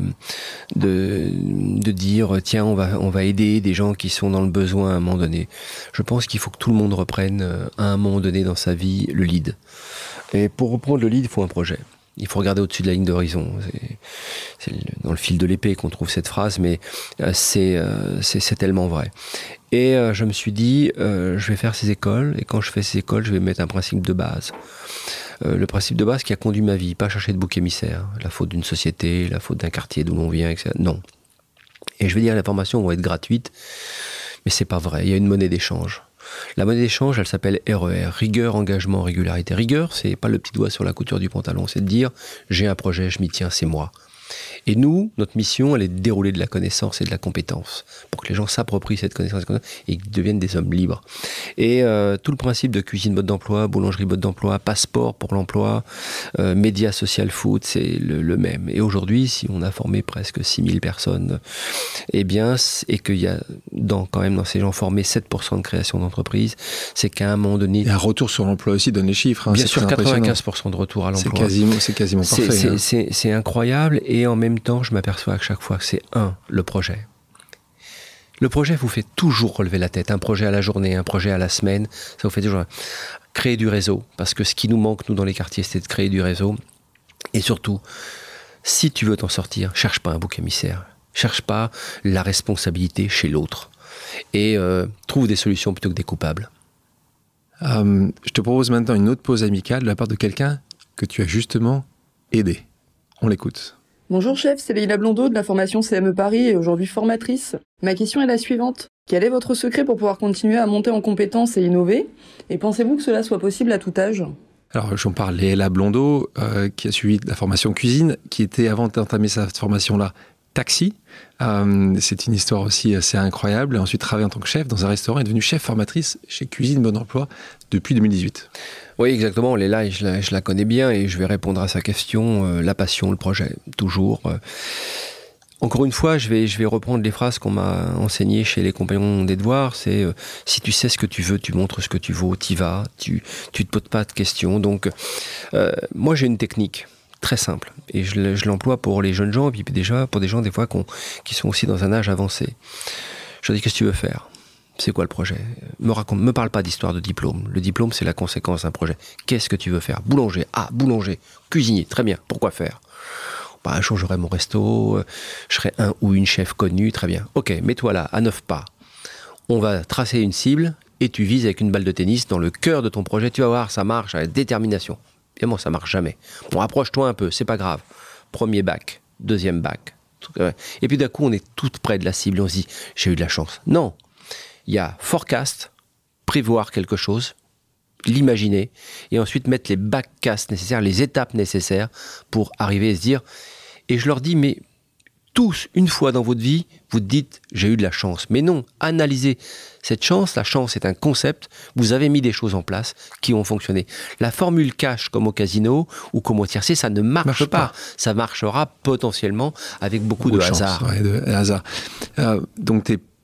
dire tiens, on va aider des gens qui sont dans le besoin à un moment donné. Je pense qu'il faut que tout le monde reprenne à un moment donné dans sa vie le lead. Et pour reprendre le lead, il faut un projet. Il faut regarder au-dessus de la ligne d'horizon. C'est dans le fil de l'épée qu'on trouve cette phrase, mais c'est tellement vrai. Et je me suis dit, je vais faire ces écoles, et quand je fais ces écoles, je vais mettre un principe de base. Le principe de base qui a conduit ma vie, pas chercher de bouc émissaire, la faute d'une société, la faute d'un quartier d'où l'on vient, etc. Non. Et je vais dire, les formations vont être gratuites, mais c'est pas vrai. Il y a une monnaie d'échange. La monnaie d'échange, elle s'appelle RER, rigueur, engagement, régularité. Rigueur, c'est pas le petit doigt sur la couture du pantalon, c'est de dire j'ai un projet, je m'y tiens, c'est moi. Et nous, notre mission, elle est de dérouler de la connaissance et de la compétence pour que les gens s'approprient cette connaissance et qu'ils deviennent des hommes libres. Et tout le principe de cuisine mode d'emploi, boulangerie mode d'emploi, passeport pour l'emploi, média social food, c'est le même. Et aujourd'hui, si on a formé presque 6000 personnes, et qu'il y a quand même dans ces gens formés 7% de création d'entreprise, c'est qu'à un moment donné... Et un retour sur l'emploi aussi, donne les chiffres. Bien sûr, 95% de retour à l'emploi. C'est quasiment parfait. C'est incroyable. Et en même temps, je m'aperçois à chaque fois que c'est le projet. Le projet vous fait toujours relever la tête. Un projet à la journée, un projet à la semaine, ça vous fait toujours créer du réseau. Parce que ce qui nous manque, nous, dans les quartiers, c'est de créer du réseau. Et surtout, si tu veux t'en sortir, cherche pas un bouc émissaire. Cherche pas la responsabilité chez l'autre. Et trouve des solutions plutôt que des coupables. Je te propose maintenant une autre pause amicale de la part de quelqu'un que tu as justement aidé. On l'écoute. Bonjour chef, c'est Leïla Blondeau de la formation CME Paris et aujourd'hui formatrice. Ma question est la suivante. Quel est votre secret pour pouvoir continuer à monter en compétences et innover ? Et pensez-vous que cela soit possible à tout âge ? Alors j'en parle, Leïla Blondeau, qui a suivi la formation cuisine, qui était avant d'entamer cette formation-là taxi. C'est une histoire aussi assez incroyable. Et ensuite travaillé en tant que chef dans un restaurant et est devenue chef formatrice chez Cuisine Mode d'Emploi depuis 2018. Oui, exactement. Léla, je la connais bien et je vais répondre à sa question. La passion, le projet, toujours. Encore une fois, je vais reprendre les phrases qu'on m'a enseignées chez les compagnons des devoirs. C'est si tu sais ce que tu veux, tu montres ce que tu vaux, t'y vas, tu te poses pas de questions. Donc, moi, j'ai une technique très simple et je l'emploie pour les jeunes gens et puis déjà pour des gens des fois qui sont aussi dans un âge avancé. Je leur dis, qu'est-ce que tu veux faire ? C'est quoi le projet ? Me parle pas d'histoire de diplôme. Le diplôme, c'est la conséquence d'un projet. Qu'est-ce que tu veux faire ? Boulanger. Ah, boulanger. Cuisinier. Très bien. Pourquoi faire ? Un jour, j'aurai mon resto. Je serai un ou une chef connue. Très bien. Ok, mets-toi là, à 9 pas. On va tracer une cible et tu vises avec une balle de tennis dans le cœur de ton projet. Tu vas voir, ça marche avec détermination. Évidemment, ça marche jamais. Bon, approche-toi un peu. C'est pas grave. Premier bac. Deuxième bac. Et puis d'un coup, on est tout près de la cible. On se dit, j'ai eu de la chance. Non. Il y a forecast, prévoir quelque chose, l'imaginer, et ensuite mettre les backcasts nécessaires, les étapes nécessaires pour arriver à se dire... Et je leur dis, mais tous, une fois dans votre vie, vous te dites, j'ai eu de la chance. Mais non, analysez cette chance. La chance est un concept. Vous avez mis des choses en place qui ont fonctionné. La formule cash comme au casino ou comme au tiercé, ça ne marche pas. Ça marchera potentiellement avec beaucoup de hasard. Ouais, de hasard. Donc,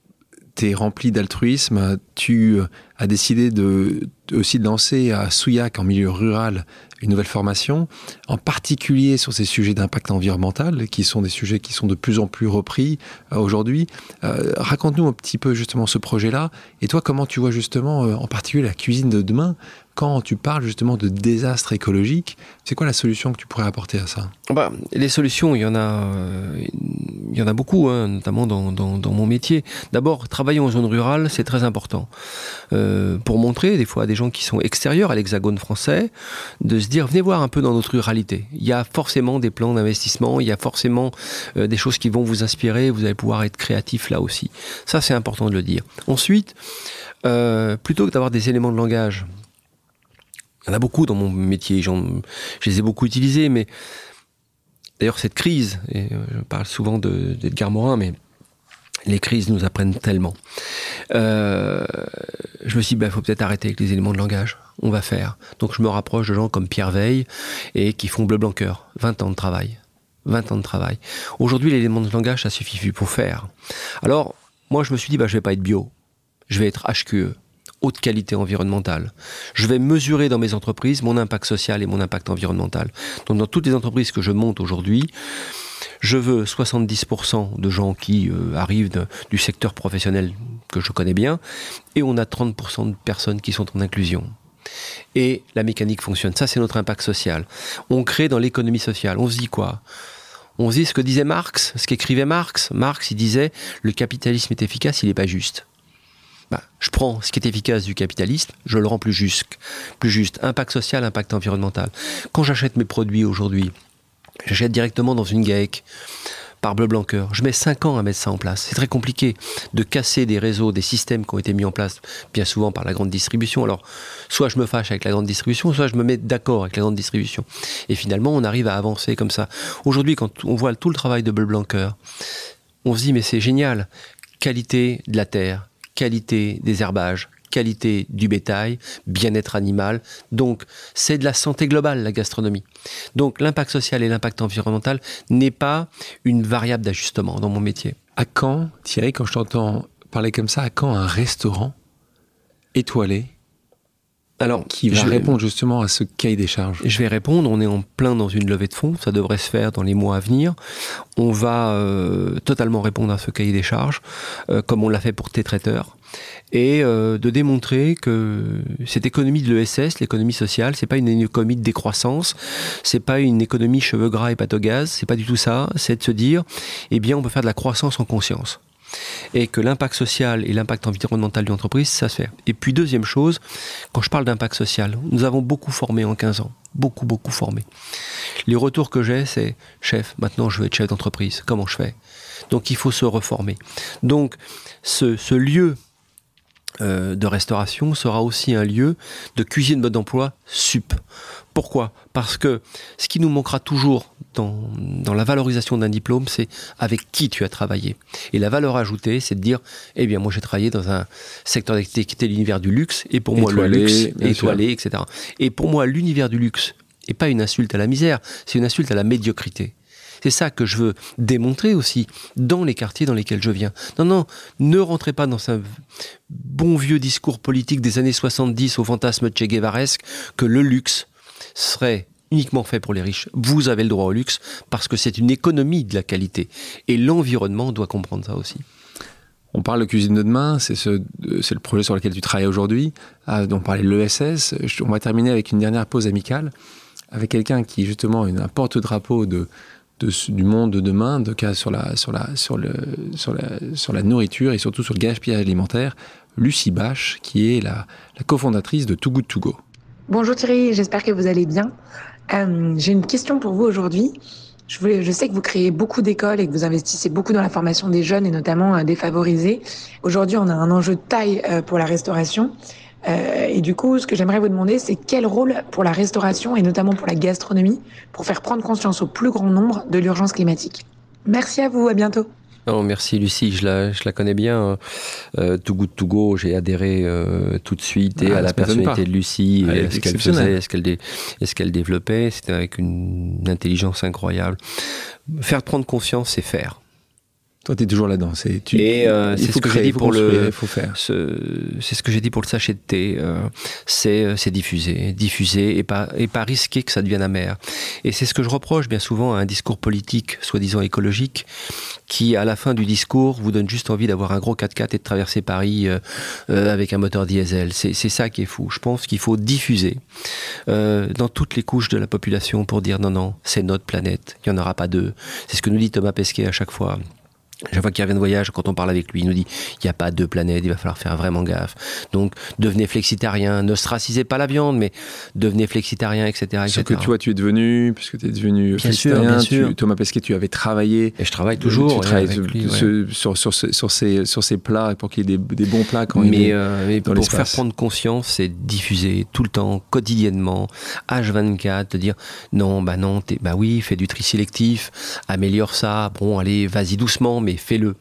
tu es rempli d'altruisme. Tu as décidé aussi de lancer à Souillac, en milieu rural, une nouvelle formation, en particulier sur ces sujets d'impact environnemental, qui sont des sujets qui sont de plus en plus repris aujourd'hui. Raconte-nous un petit peu justement ce projet-là. Et toi, comment tu vois justement, en particulier la cuisine de demain, quand tu parles justement de désastre écologique, c'est quoi la solution que tu pourrais apporter à ça ? Les solutions, il y en a beaucoup, notamment dans mon métier. D'abord, travailler en zone rurale, c'est très important. Pour montrer des fois à des gens qui sont extérieurs à l'hexagone français, de se dire, venez voir un peu dans notre ruralité. Il y a forcément des plans d'investissement, il y a forcément des choses qui vont vous inspirer, vous allez pouvoir être créatif là aussi. Ça, c'est important de le dire. Ensuite, plutôt que d'avoir des éléments de langage, il y en a beaucoup dans mon métier, je les ai beaucoup utilisés, mais d'ailleurs cette crise, et je parle souvent d'Edgar Morin, mais les crises nous apprennent tellement. Je me suis dit, il faut peut-être arrêter avec les éléments de langage, on va faire. Donc je me rapproche de gens comme Pierre Veille, et qui font Bleu Blanc Cœur, 20 ans de travail. 20 ans de travail. Aujourd'hui, l'élément de langage, ça suffit plus pour faire. Alors, moi je me suis dit, je vais pas être bio, je vais être HQE. Haute qualité environnementale. Je vais mesurer dans mes entreprises mon impact social et mon impact environnemental. Donc dans toutes les entreprises que je monte aujourd'hui, je veux 70% de gens qui arrivent du secteur professionnel que je connais bien, et on a 30% de personnes qui sont en inclusion. Et la mécanique fonctionne. Ça, c'est notre impact social. On crée dans l'économie sociale. On se dit quoi ? On se dit ce que disait Marx, ce qu'écrivait Marx. Marx, il disait, le capitalisme est efficace, il n'est pas juste. Je prends ce qui est efficace du capitalisme, je le rends plus juste. Impact social, impact environnemental. Quand j'achète mes produits aujourd'hui, j'achète directement dans une GAEC, par Bleu Blanc Cœur. Je mets 5 ans à mettre ça en place. C'est très compliqué de casser des réseaux, des systèmes qui ont été mis en place bien souvent par la grande distribution. Alors, soit je me fâche avec la grande distribution, soit je me mets d'accord avec la grande distribution. Et finalement, on arrive à avancer comme ça. Aujourd'hui, quand on voit tout le travail de Bleu Blanc Cœur, on se dit, mais c'est génial. Qualité de la terre, qualité des herbages, qualité du bétail, bien-être animal. Donc, c'est de la santé globale, la gastronomie. Donc, l'impact social et l'impact environnemental n'est pas une variable d'ajustement dans mon métier. À quand, Thierry, quand je t'entends parler comme ça, à quand un restaurant étoilé qui va répondre justement à ce cahier des charges? Je vais répondre, on est en plein dans une levée de fonds, ça devrait se faire dans les mois à venir. On va totalement répondre à ce cahier des charges, comme on l'a fait pour T-Traiteur, et de démontrer que cette économie de l'ESS, l'économie sociale, c'est pas une économie de décroissance, c'est pas une économie cheveux gras et pâte au gaz, c'est pas du tout ça, c'est de se dire, on peut faire de la croissance en conscience. Et que l'impact social et l'impact environnemental d'une entreprise, ça se fait. Et puis deuxième chose, quand je parle d'impact social, nous avons beaucoup formé en 15 ans. Beaucoup formé. Les retours que j'ai, c'est « Chef, maintenant je veux être chef d'entreprise. Comment je fais ?» Donc il faut se reformer. Donc ce lieu de restauration sera aussi un lieu de cuisine mode d'emploi sup. Pourquoi ? Parce que ce qui nous manquera toujours dans la valorisation d'un diplôme, c'est avec qui tu as travaillé. Et la valeur ajoutée, c'est de dire, moi j'ai travaillé dans un secteur d'activité qui était l'univers du luxe, et pour moi le luxe, étoilé, etc. Et pour moi, l'univers du luxe n'est pas une insulte à la misère, c'est une insulte à la médiocrité. C'est ça que je veux démontrer aussi dans les quartiers dans lesquels je viens. Non, ne rentrez pas dans un bon vieux discours politique des années 70 au fantasme Che Guevaresque que le luxe serait uniquement fait pour les riches. Vous avez le droit au luxe parce que c'est une économie de la qualité. Et l'environnement doit comprendre ça aussi. On parle de cuisine de demain, c'est le projet sur lequel tu travailles aujourd'hui. On parlait de l'ESS. On va terminer avec une dernière pause amicale avec quelqu'un qui justement est un porte-drapeau du monde de demain, sur la nourriture et surtout sur le gaspillage alimentaire, Lucie Bache, qui est la cofondatrice de Too Good To Go. Bonjour Thierry, j'espère que vous allez bien. J'ai une question pour vous aujourd'hui. Je sais que vous créez beaucoup d'écoles et que vous investissez beaucoup dans la formation des jeunes et notamment défavorisés. Aujourd'hui, on a un enjeu de taille pour la restauration. Et du coup, ce que j'aimerais vous demander, c'est quel rôle pour la restauration et notamment pour la gastronomie pour faire prendre conscience au plus grand nombre de l'urgence climatique. Merci à vous, à bientôt. Non, merci Lucie, je la connais bien. Too Good To Go, j'ai adhéré tout de suite à la personnalité de Lucie, ce qu'elle faisait, ce qu'elle développait. C'était avec une intelligence incroyable. Faire prendre conscience, c'est faire. Toi, t'es toujours là-dedans. C'est ce que j'ai dit pour le. C'est ce que j'ai dit pour le sachet de thé. C'est diffuser et pas risquer que ça devienne amer. Et c'est ce que je reproche bien souvent à un discours politique, soi-disant écologique, qui à la fin du discours vous donne juste envie d'avoir un gros 4x4 et de traverser Paris avec un moteur diesel. C'est ça qui est fou. Je pense qu'il faut diffuser dans toutes les couches de la population pour dire non, c'est notre planète. Il n'y en aura pas deux. C'est ce que nous dit Thomas Pesquet à chaque fois. Chaque fois qu'il revient de voyage, quand on parle avec lui, il nous dit il n'y a pas deux planètes, il va falloir faire vraiment gaffe. Donc, devenez flexitarien, n'ostracisez pas la viande, mais devenez flexitarien, etc. Ce que tu es devenu, puisque tu es devenu flexitarien, bien sûr. Thomas Pesquet, tu avais travaillé. Et je travaille toujours. Tu travailles sur ces plats, pour qu'il y ait des bons plats quand il est mais dans pour l'espace. faire prendre conscience, c'est diffuser tout le temps, quotidiennement, H24, de dire non, oui, fais du tri sélectif, améliore ça, bon, allez, vas-y doucement, mais fais-le.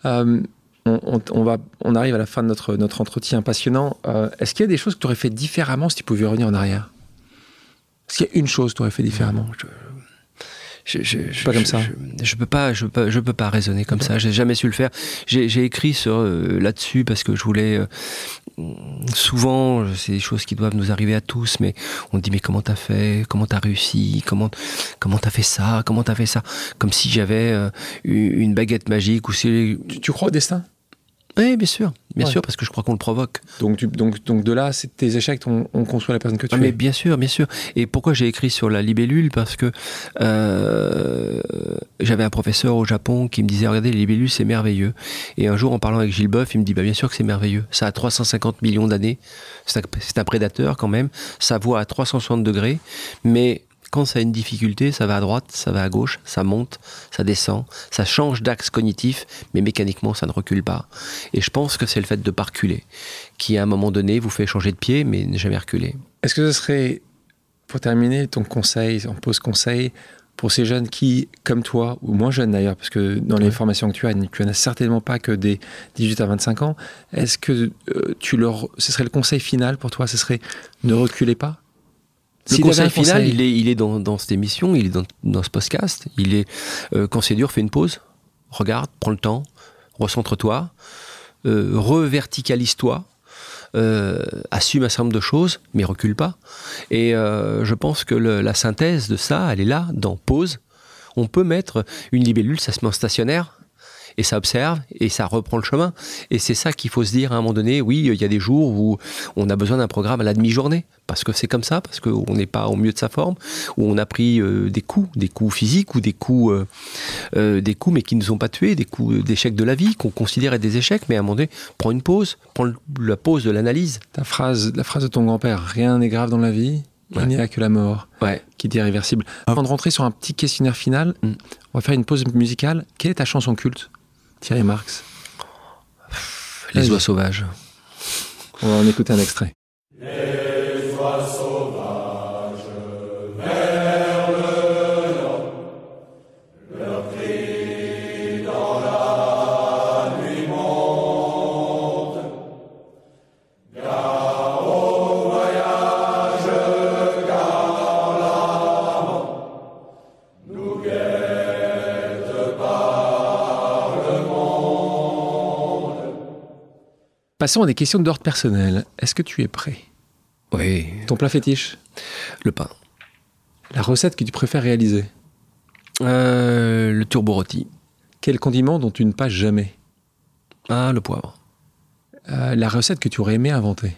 On arrive à la fin de notre entretien passionnant. Est-ce qu'il y a des choses que tu aurais fait différemment si tu pouvais revenir en arrière? Est-ce qu'il y a une chose que tu aurais fait différemment? Pas comme ça. Je peux pas raisonner comme ça. J'ai jamais su le faire. J'ai écrit là-dessus parce que je voulais. Souvent, c'est des choses qui doivent nous arriver à tous, mais on dit mais comment t'as fait, comment t'as réussi, comment t'as fait ça, comme si j'avais une baguette magique ou si. Tu crois au destin? Oui, bien sûr, parce que je crois qu'on le provoque. Donc de là, tes échecs ont construit la personne que tu es. Mais bien sûr. Et pourquoi j'ai écrit sur la libellule? Parce que j'avais un professeur au Japon qui me disait regardez, les libellules c'est merveilleux. Et un jour, en parlant avec Gilles Boeuf, il me dit bien sûr que c'est merveilleux. Ça a 350 millions d'années. C'est un prédateur quand même. Ça voit à 360 degrés, mais quand ça a une difficulté, ça va à droite, ça va à gauche, ça monte, ça descend, ça change d'axe cognitif, mais mécaniquement, ça ne recule pas. Et je pense que c'est le fait de ne pas reculer qui, à un moment donné, vous fait changer de pied, mais ne jamais reculer. Est-ce que ce serait, pour terminer, ton conseil, en pause conseil, pour ces jeunes qui, comme toi, ou moins jeunes d'ailleurs, parce que dans les formations que tu n'as certainement pas que des 18 à 25 ans, est-ce que ce serait le conseil final pour toi? Ce serait ne reculez pas? Le conseil final, il est dans cette émission, il est dans ce podcast. Il est quand c'est dur, fais une pause, regarde, prends le temps, recentre-toi, reverticalise-toi, assume un certain nombre de choses, mais recule pas. Et je pense que la synthèse de ça, elle est là, dans pause. On peut mettre une libellule, ça se met en stationnaire. Et ça observe, et ça reprend le chemin. Et c'est ça qu'il faut se dire à un moment donné. Oui, il y a des jours où on a besoin d'un programme à la demi-journée, parce que c'est comme ça, parce qu'on n'est pas au mieux de sa forme, où on a pris des coups physiques, ou des coups mais qui ne nous ont pas tués, des coups d'échecs de la vie, qu'on considère être des échecs, mais à un moment donné, prends une pause, prends la pause de l'analyse. La phrase de ton grand-père, rien n'est grave dans la vie, il n'y a que la mort, qui est irréversible. Avant de rentrer sur un petit questionnaire final, on va faire une pause musicale. Quelle est ta chanson culte, Thierry Marx? Les oies sauvages. On va en écouter un extrait. Les oies sauvages vers le nord, leur cri dans la nuit monte. Gare au voyage, gare l'amant, nous guette par le monde. Passons à des questions d'ordre personnel. Est-ce que tu es prêt? Oui. Ton plat fétiche? Le pain. La recette que tu préfères réaliser? Le turbo rôti. Quel condiment dont tu ne passes jamais? Le poivre. La recette que tu aurais aimé inventer?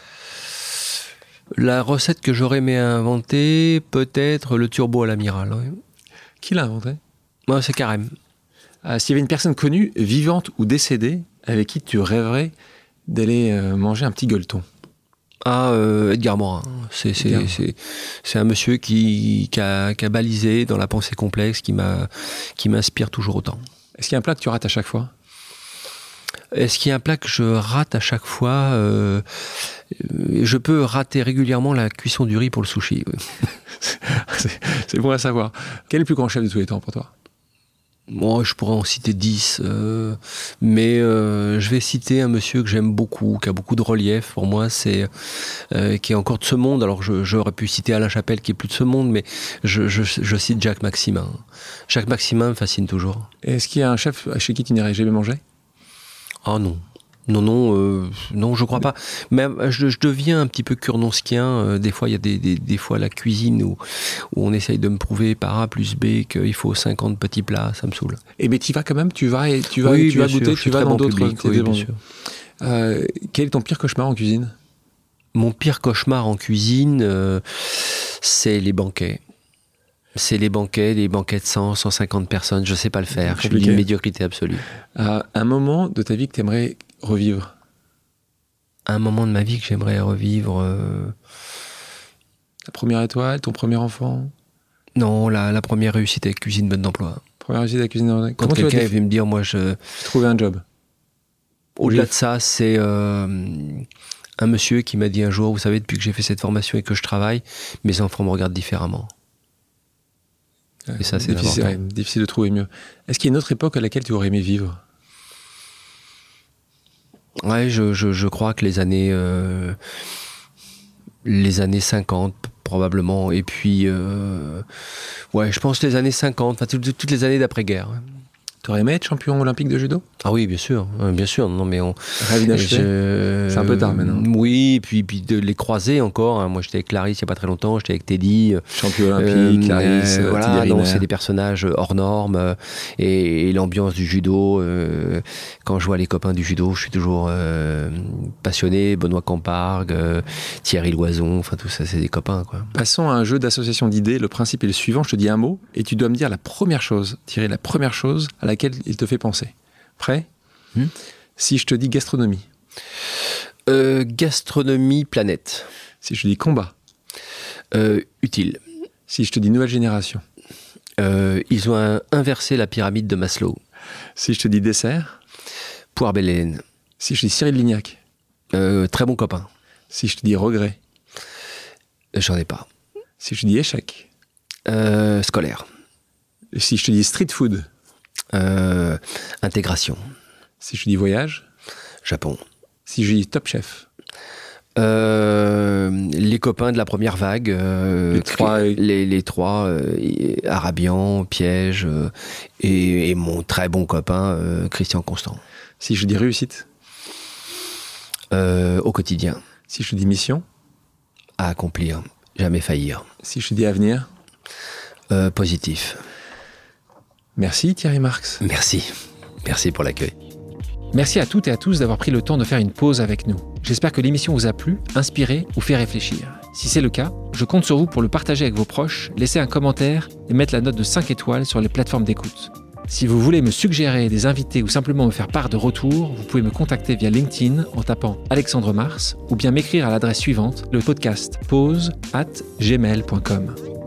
La recette que j'aurais aimé inventer, peut-être le turbo à l'amiral. Oui. Qui l'a inventé? C'est Carême. S'il y avait une personne connue, vivante ou décédée, avec qui tu rêverais d'aller manger un petit gueuleton? Edgar Morin. C'est un monsieur qui a balisé dans la pensée complexe, qui m'inspire toujours autant. Est-ce qu'il y a un plat que tu rates à chaque fois? Est-ce qu'il y a un plat que je rate à chaque fois? Je peux rater régulièrement la cuisson du riz pour le sushi. Oui. C'est bon à savoir. Quel est le plus grand chef de tous les temps pour toi? Moi, je pourrais en citer 10, mais je vais citer un monsieur que j'aime beaucoup, qui a beaucoup de relief. Pour moi, c'est qui est encore de ce monde. Alors, j'aurais pu citer Alain Chapelle, qui est plus de ce monde, mais je cite Jacques Maximin. Jacques Maximin me fascine toujours. Est-ce qu'il y a un chef chez qui tu n'irais jamais manger ? Ah non. Non, je crois pas. Mais je deviens un petit peu curnonskien. Des fois, il y a des fois la cuisine où on essaye de me prouver par A plus B qu'il faut 50 petits plats, ça me saoule. Et mais tu vas quand même, tu vas Oui, goûter, sûr, tu vas dans d'autres public, oui, bien sûr. Quel est ton pire cauchemar en cuisine ? Mon pire cauchemar en cuisine, c'est les banquets. C'est les banquets de 100, 150 personnes. Je sais pas le faire. Je suis d'une médiocrité absolue. Un moment de ta vie que tu aimerais revivre ? Un moment de ma vie que j'aimerais revivre. Ta première étoile, ton premier enfant ? Non, la première réussite avec Cuisine Bonne d'Emploi. Première réussite à la cuisine. Quand quelqu'un est venu me dire, moi, trouver un job. Au-delà de ça, c'est un monsieur qui m'a dit un jour, vous savez, depuis que j'ai fait cette formation et que je travaille, mes enfants me regardent différemment. Et ça, c'est difficile de trouver mieux. Est-ce qu'il y a une autre époque à laquelle tu aurais aimé vivre ? Ouais, je crois que les années 50, probablement. Et puis, ouais, je pense les années 50, enfin, toutes les années d'après-guerre. Ouais. T'aurais aimé être champion olympique de judo ? Ah oui, bien sûr. Non, mais rêve inachevé. C'est un peu tard maintenant. Oui, puis de les croiser encore. Moi, j'étais avec Clarisse il n'y a pas très longtemps. J'étais avec Teddy. Champion olympique, Clarisse. Voilà, donc c'est des personnages hors normes. Et l'ambiance du judo. Quand je vois les copains du judo, je suis toujours passionné. Benoît Campargue, Thierry Loison. Enfin, tout ça, c'est des copains, quoi. Passons à un jeu d'association d'idées. Le principe est le suivant. Je te dis un mot et tu dois me dire la première chose. Thierry, la première chose à laquelle il te fait penser. Prêt ? Si je te dis gastronomie. Gastronomie planète. Si je te dis combat. Utile. Si je te dis nouvelle génération. Ils ont inversé la pyramide de Maslow. Si je te dis dessert. Poire belle Hélène. Si je te dis Cyril Lignac. Très bon copain. Si je te dis regret. J'en ai pas. Si je te dis échec. Scolaire. Si je te dis street food. Intégration. Si je te dis voyage. Japon. Si je dis Top Chef. Les copains de la première vague. Les trois. Arabian, Piège et mon très bon copain Christian Constant. Si je dis réussite. Au quotidien. Si je te dis mission. À accomplir. Jamais faillir. Si je te dis avenir. Positif. Merci Thierry Marx. Merci pour l'accueil. Merci à toutes et à tous d'avoir pris le temps de faire une pause avec nous. J'espère que l'émission vous a plu, inspiré ou fait réfléchir. Si c'est le cas, je compte sur vous pour le partager avec vos proches, laisser un commentaire et mettre la note de 5 étoiles sur les plateformes d'écoute. Si vous voulez me suggérer des invités ou simplement me faire part de retours, vous pouvez me contacter via LinkedIn en tapant Alexandre Mars ou bien m'écrire à l'adresse suivante, le podcast pause@gmail.com.